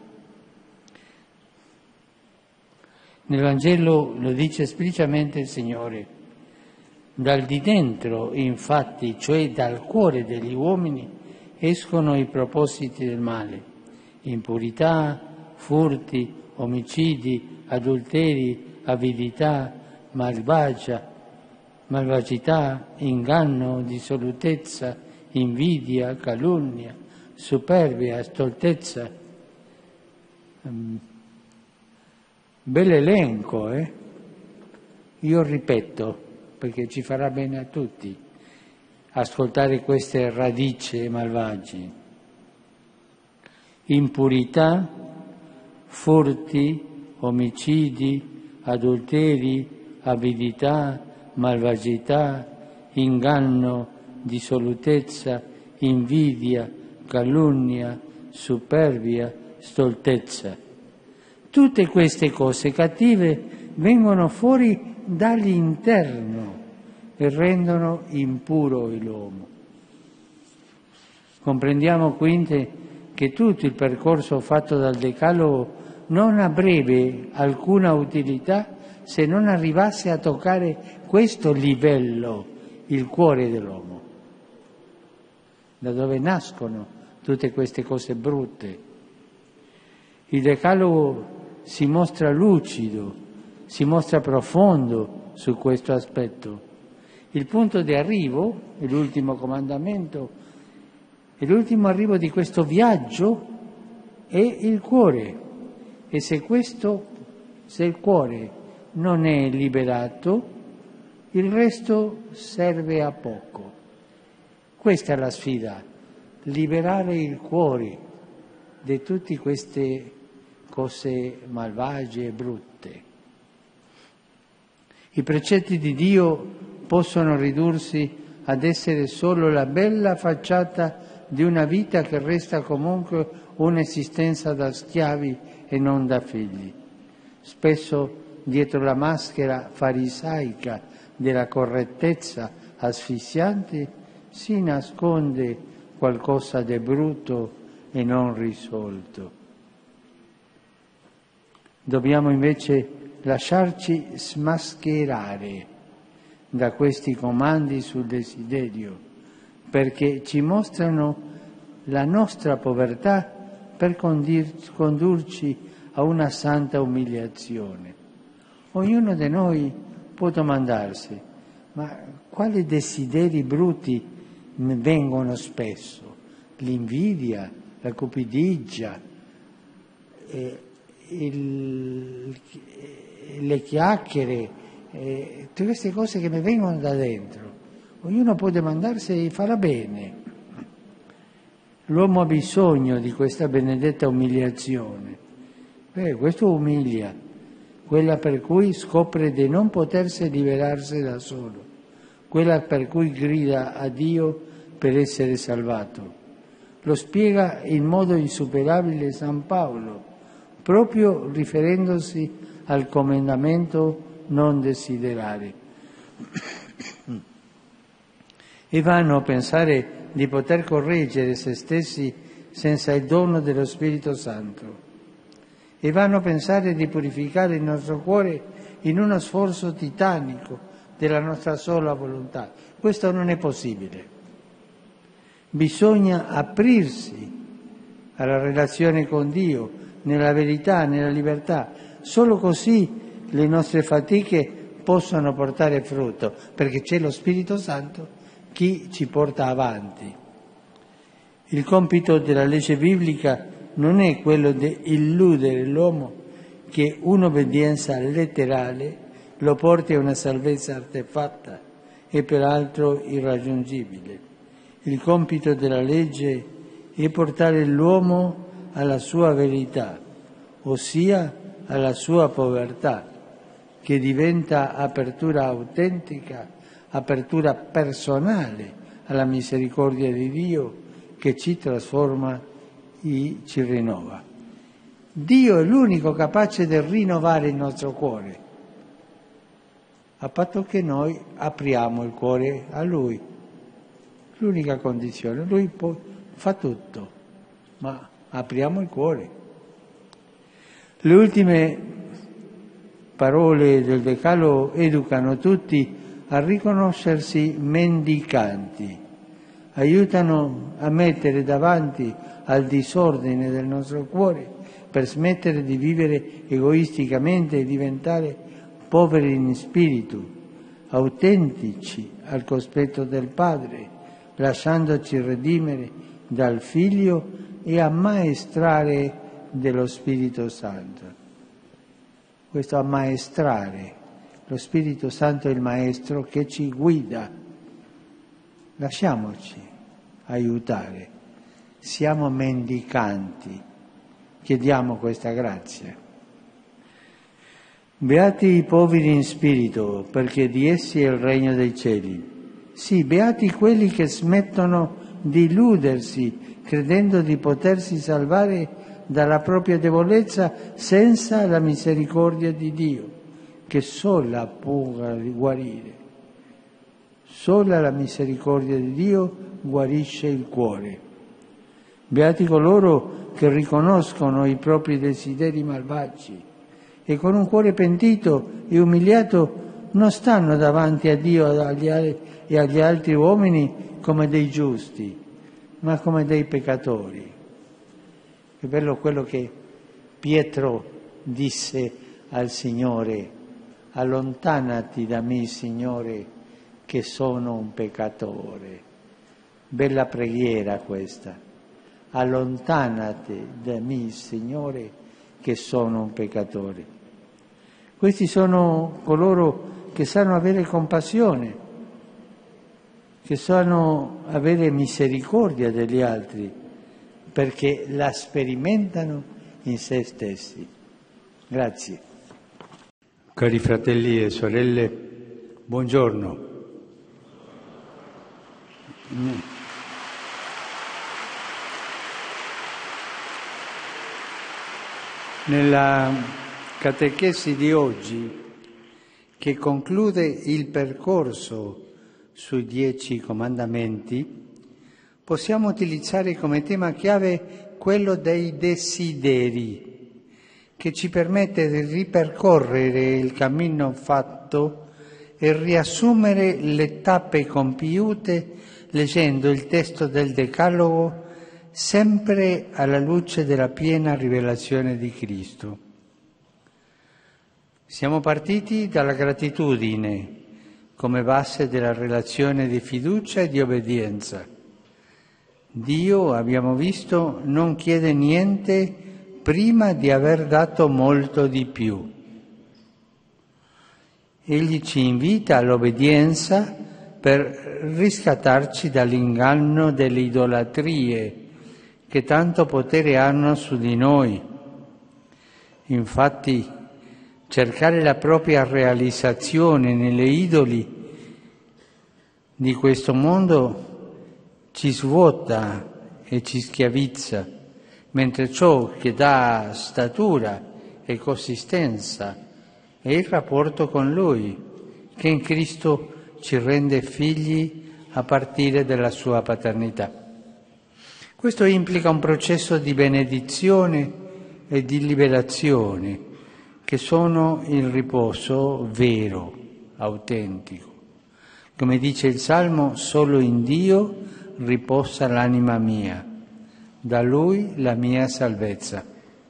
[SPEAKER 1] Nel Vangelo lo dice esplicitamente il Signore: dal di dentro, infatti, cioè dal cuore degli uomini, escono i propositi del male, impurità, furti, omicidi, adulteri, avidità, malvagità, inganno, dissolutezza, invidia, calunnia, superbia, stoltezza. Bell'elenco, eh? Io ripeto, perché ci farà bene a tutti ascoltare queste radici malvagie. Impurità, furti, omicidi, adulteri, avidità, malvagità, inganno, dissolutezza, invidia, calunnia, superbia, stoltezza. Tutte queste cose cattive vengono fuori dall'interno e rendono impuro l'uomo. Comprendiamo quindi che tutto il percorso fatto dal Decalogo non avrebbe alcuna utilità se non arrivasse a toccare questo livello, il cuore dell'uomo, da dove nascono tutte queste cose brutte. Il Decalogo si mostra lucido, si mostra profondo su questo aspetto. Il punto di arrivo, l'ultimo comandamento, e l'ultimo arrivo di questo viaggio è il cuore. E se il cuore non è liberato, il resto serve a poco. Questa è la sfida, liberare il cuore di tutte queste cose malvagie e brutte. I precetti di Dio possono ridursi ad essere solo la bella facciata di una vita che resta comunque un'esistenza da schiavi e non da figli. Spesso dietro la maschera farisaica della correttezza asfissiante si nasconde qualcosa di brutto e non risolto. Dobbiamo invece lasciarci smascherare da questi comandi sul desiderio, perché ci mostrano la nostra povertà per condurci a una santa umiliazione. Ognuno di noi può domandarsi: ma quali desideri brutti mi vengono spesso? L'invidia, la cupidigia, le chiacchiere, tutte queste cose che mi vengono da dentro. Ognuno può domandarsi e farà bene. L'uomo ha bisogno di questa benedetta umiliazione. Questo umilia, quella per cui scopre di non potersi liberarsi da solo, quella per cui grida a Dio per essere salvato. Lo spiega in modo insuperabile San Paolo, proprio riferendosi al comandamento non desiderare. È vano pensare di poter correggere se stessi senza il dono dello Spirito Santo. È vano pensare di purificare il nostro cuore in uno sforzo titanico della nostra sola volontà. Questo non è possibile. Bisogna aprirsi alla relazione con Dio, nella verità, nella libertà. Solo così le nostre fatiche possono portare frutto, perché c'è lo Spirito Santo che ci porta avanti. Il compito della legge biblica non è quello di illudere l'uomo che un'obbedienza letterale lo porti a una salvezza artefatta e peraltro irraggiungibile. Il compito della legge è portare l'uomo alla sua verità, ossia alla sua povertà, che diventa apertura autentica, apertura personale alla misericordia di Dio che ci trasforma e ci rinnova. Dio è l'unico capace di rinnovare il nostro cuore, a patto che noi apriamo il cuore a Lui. L'unica condizione, Lui poi fa tutto, ma apriamo il cuore. Le ultime parole del Decalogo educano tutti a riconoscersi mendicanti, aiutano a mettere davanti al disordine del nostro cuore per smettere di vivere egoisticamente e diventare poveri in spirito, autentici al cospetto del Padre, lasciandoci redimere dal Figlio e ammaestrare dello Spirito Santo. Questo ammaestrare, lo Spirito Santo è il Maestro che ci guida. Lasciamoci aiutare, siamo mendicanti, chiediamo questa grazia. Beati i poveri in spirito, perché di essi è il regno dei cieli. Sì, beati quelli che smettono di illudersi, credendo di potersi salvare dalla propria debolezza senza la misericordia di Dio, che sola può guarire. Sola la misericordia di Dio guarisce il cuore. Beati coloro che riconoscono i propri desideri malvagi e con un cuore pentito e umiliato non stanno davanti a Dio e agli altri uomini come dei giusti, ma come dei peccatori. È bello quello che Pietro disse al Signore: allontanati da me, Signore, che sono un peccatore. Bella preghiera questa. allontanati da me, Signore, che sono un peccatore. Questi sono coloro che sanno avere compassione, che sanno avere misericordia degli altri, perché la sperimentano in se stessi. Grazie. Cari fratelli e sorelle, buongiorno. Nella catechesi di oggi, che conclude il percorso sui 10 comandamenti, possiamo utilizzare come tema chiave quello dei desideri, che ci permette di ripercorrere il cammino fatto e riassumere le tappe compiute leggendo il testo del Decalogo sempre alla luce della piena rivelazione di Cristo. Siamo partiti dalla gratitudine come base della relazione di fiducia e di obbedienza. Dio, abbiamo visto, non chiede niente prima di aver dato molto di più. Egli ci invita all'obbedienza per riscattarci dall'inganno delle idolatrie che tanto potere hanno su di noi. Infatti, cercare la propria realizzazione nelle idoli di questo mondo ci svuota e ci schiavizza, mentre ciò che dà statura e consistenza è il rapporto con Lui, che in Cristo ci rende figli a partire dalla sua paternità. Questo implica un processo di benedizione e di liberazione, che sono il riposo vero, autentico. Come dice il Salmo, solo in Dio riposa l'anima mia, da Lui la mia salvezza.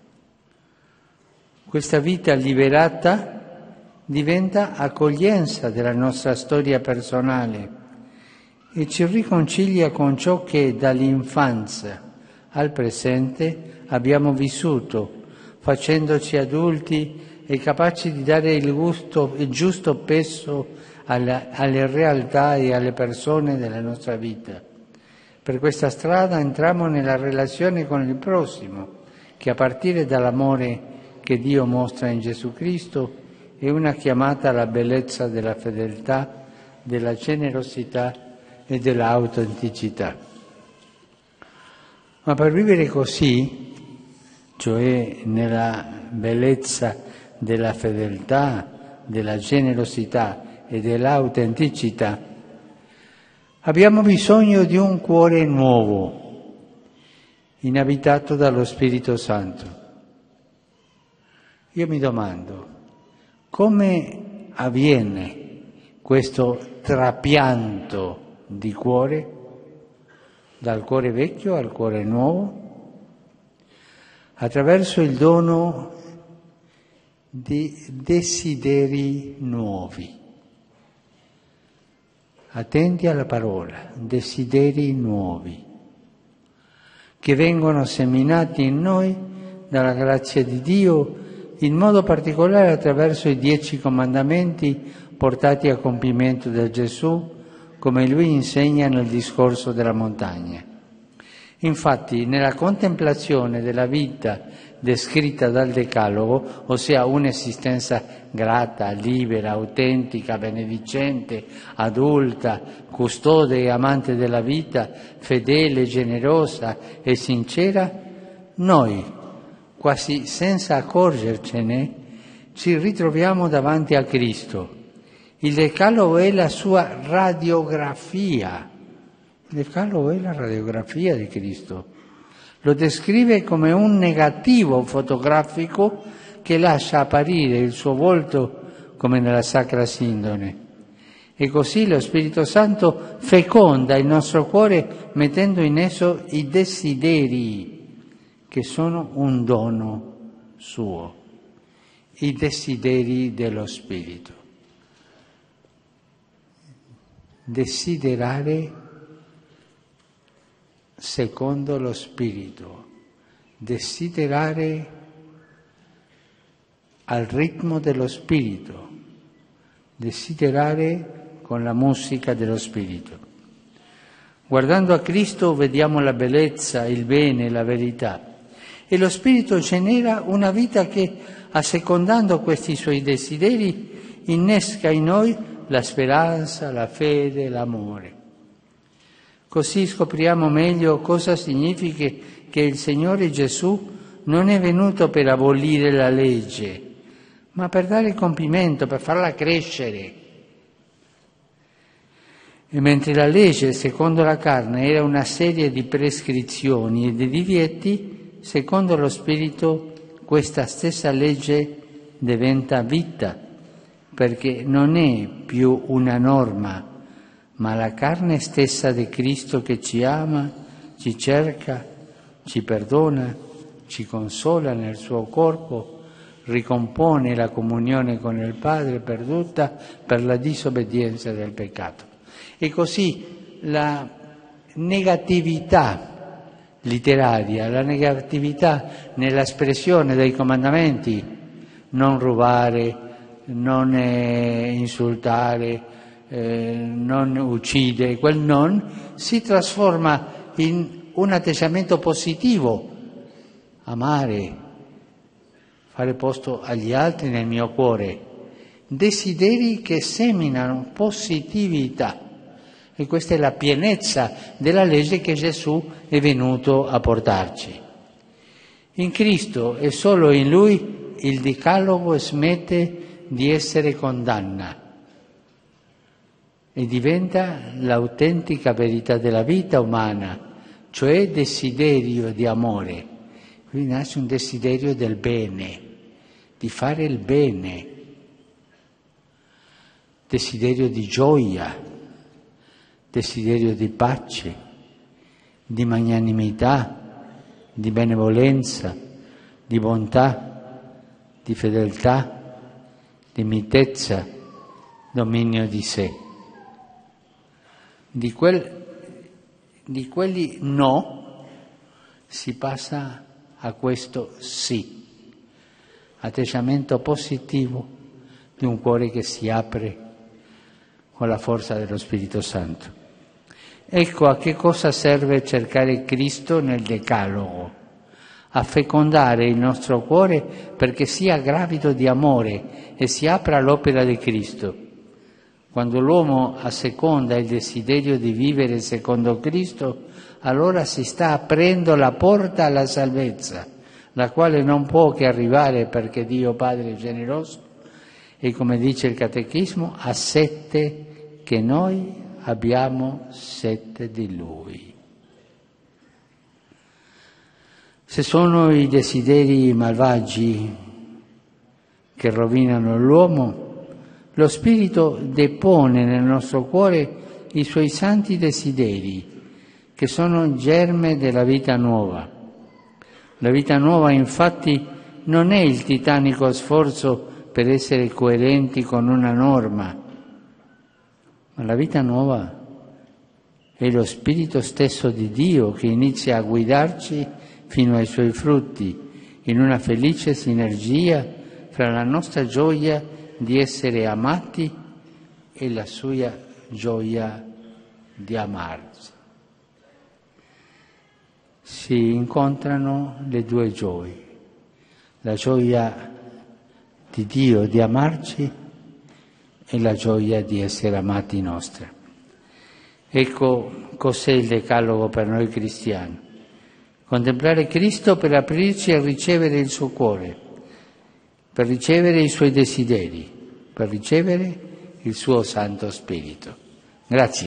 [SPEAKER 1] Questa vita liberata diventa accoglienza della nostra storia personale e ci riconcilia con ciò che dall'infanzia al presente abbiamo vissuto, facendoci adulti e capaci di dare il giusto peso alle realtà e alle persone della nostra vita. Per questa strada entriamo nella relazione con il prossimo, che a partire dall'amore che Dio mostra in Gesù Cristo è una chiamata alla bellezza della fedeltà, della generosità e dell'autenticità. Ma per vivere così, cioè nella bellezza della fedeltà, della generosità e dell'autenticità, abbiamo bisogno di un cuore nuovo, inabitato dallo Spirito Santo. Io mi domando, come avviene questo trapianto di cuore, dal cuore vecchio al cuore nuovo? Attraverso il dono di desideri nuovi. Attenti alla parola, desideri nuovi, che vengono seminati in noi dalla grazia di Dio, in modo particolare attraverso i 10 comandamenti portati a compimento da Gesù, come Lui insegna nel discorso della montagna. Infatti, nella contemplazione della vita descritta dal Decalogo, ossia un'esistenza grata, libera, autentica, benedicente, adulta, custode e amante della vita, fedele, generosa e sincera, noi, quasi senza accorgercene, ci ritroviamo davanti a Cristo. Il Decalogo è la sua radiografia. Il Decalogo è la radiografia di Cristo. Lo descrive come un negativo fotografico che lascia apparire il suo volto come nella Sacra Sindone. E così lo Spirito Santo feconda il nostro cuore mettendo in esso i desideri che sono un dono suo, i desideri dello Spirito. Desiderare secondo lo Spirito, desiderare al ritmo dello Spirito, desiderare con la musica dello Spirito. Guardando a Cristo vediamo la bellezza, il bene, la verità. E lo Spirito genera una vita che, assecondando questi suoi desideri, innesca in noi la speranza, la fede, l'amore. Così scopriamo meglio cosa significa che il Signore Gesù non è venuto per abolire la legge, ma per dare compimento, per farla crescere. E mentre la legge, secondo la carne, era una serie di prescrizioni e di divieti, secondo lo Spirito questa stessa legge diventa vita, perché non è più una norma, ma la carne stessa di Cristo che ci ama, ci cerca, ci perdona, ci consola nel suo corpo, ricompone la comunione con il Padre perduta per la disobbedienza del peccato. E così la negatività letteraria, la negatività nell'espressione dei comandamenti, non rubare, non insultare, non uccidere, quel non si trasforma in un atteggiamento positivo, amare, fare posto agli altri nel mio cuore, desideri che seminano positività. E questa è la pienezza della legge che Gesù è venuto a portarci. In Cristo e solo in Lui il Decalogo smette di essere condanna e diventa l'autentica verità della vita umana, cioè desiderio di amore. Quindi nasce un desiderio del bene, di fare il bene, desiderio di gioia, desiderio di pace, di magnanimità, di benevolenza, di bontà, di fedeltà, di mitezza, dominio di sé. Di quelli no si passa a questo sì, atteggiamento positivo di un cuore che si apre con la forza dello Spirito Santo. Ecco a che cosa serve cercare Cristo nel Decalogo: a fecondare il nostro cuore perché sia gravido di amore e si apra all'opera di Cristo. Quando l'uomo asseconda il desiderio di vivere secondo Cristo, allora si sta aprendo la porta alla salvezza, la quale non può che arrivare perché Dio Padre è generoso e, come dice il Catechismo, ha sete che noi abbiamo sete di Lui. Se sono i desideri malvagi che rovinano l'uomo, lo Spirito depone nel nostro cuore i suoi santi desideri, che sono il germe della vita nuova. La vita nuova, infatti, non è il titanico sforzo per essere coerenti con una norma, ma la vita nuova è lo Spirito stesso di Dio che inizia a guidarci fino ai suoi frutti, in una felice sinergia fra la nostra gioia di essere amati e la sua gioia di amarsi. Si incontrano le due gioie, la gioia di Dio di amarci e la gioia di essere amati nostra. Ecco cos'è il Decalogo per noi cristiani: contemplare Cristo per aprirci a ricevere il suo cuore, per ricevere i suoi desideri, per ricevere il suo Santo Spirito. Grazie.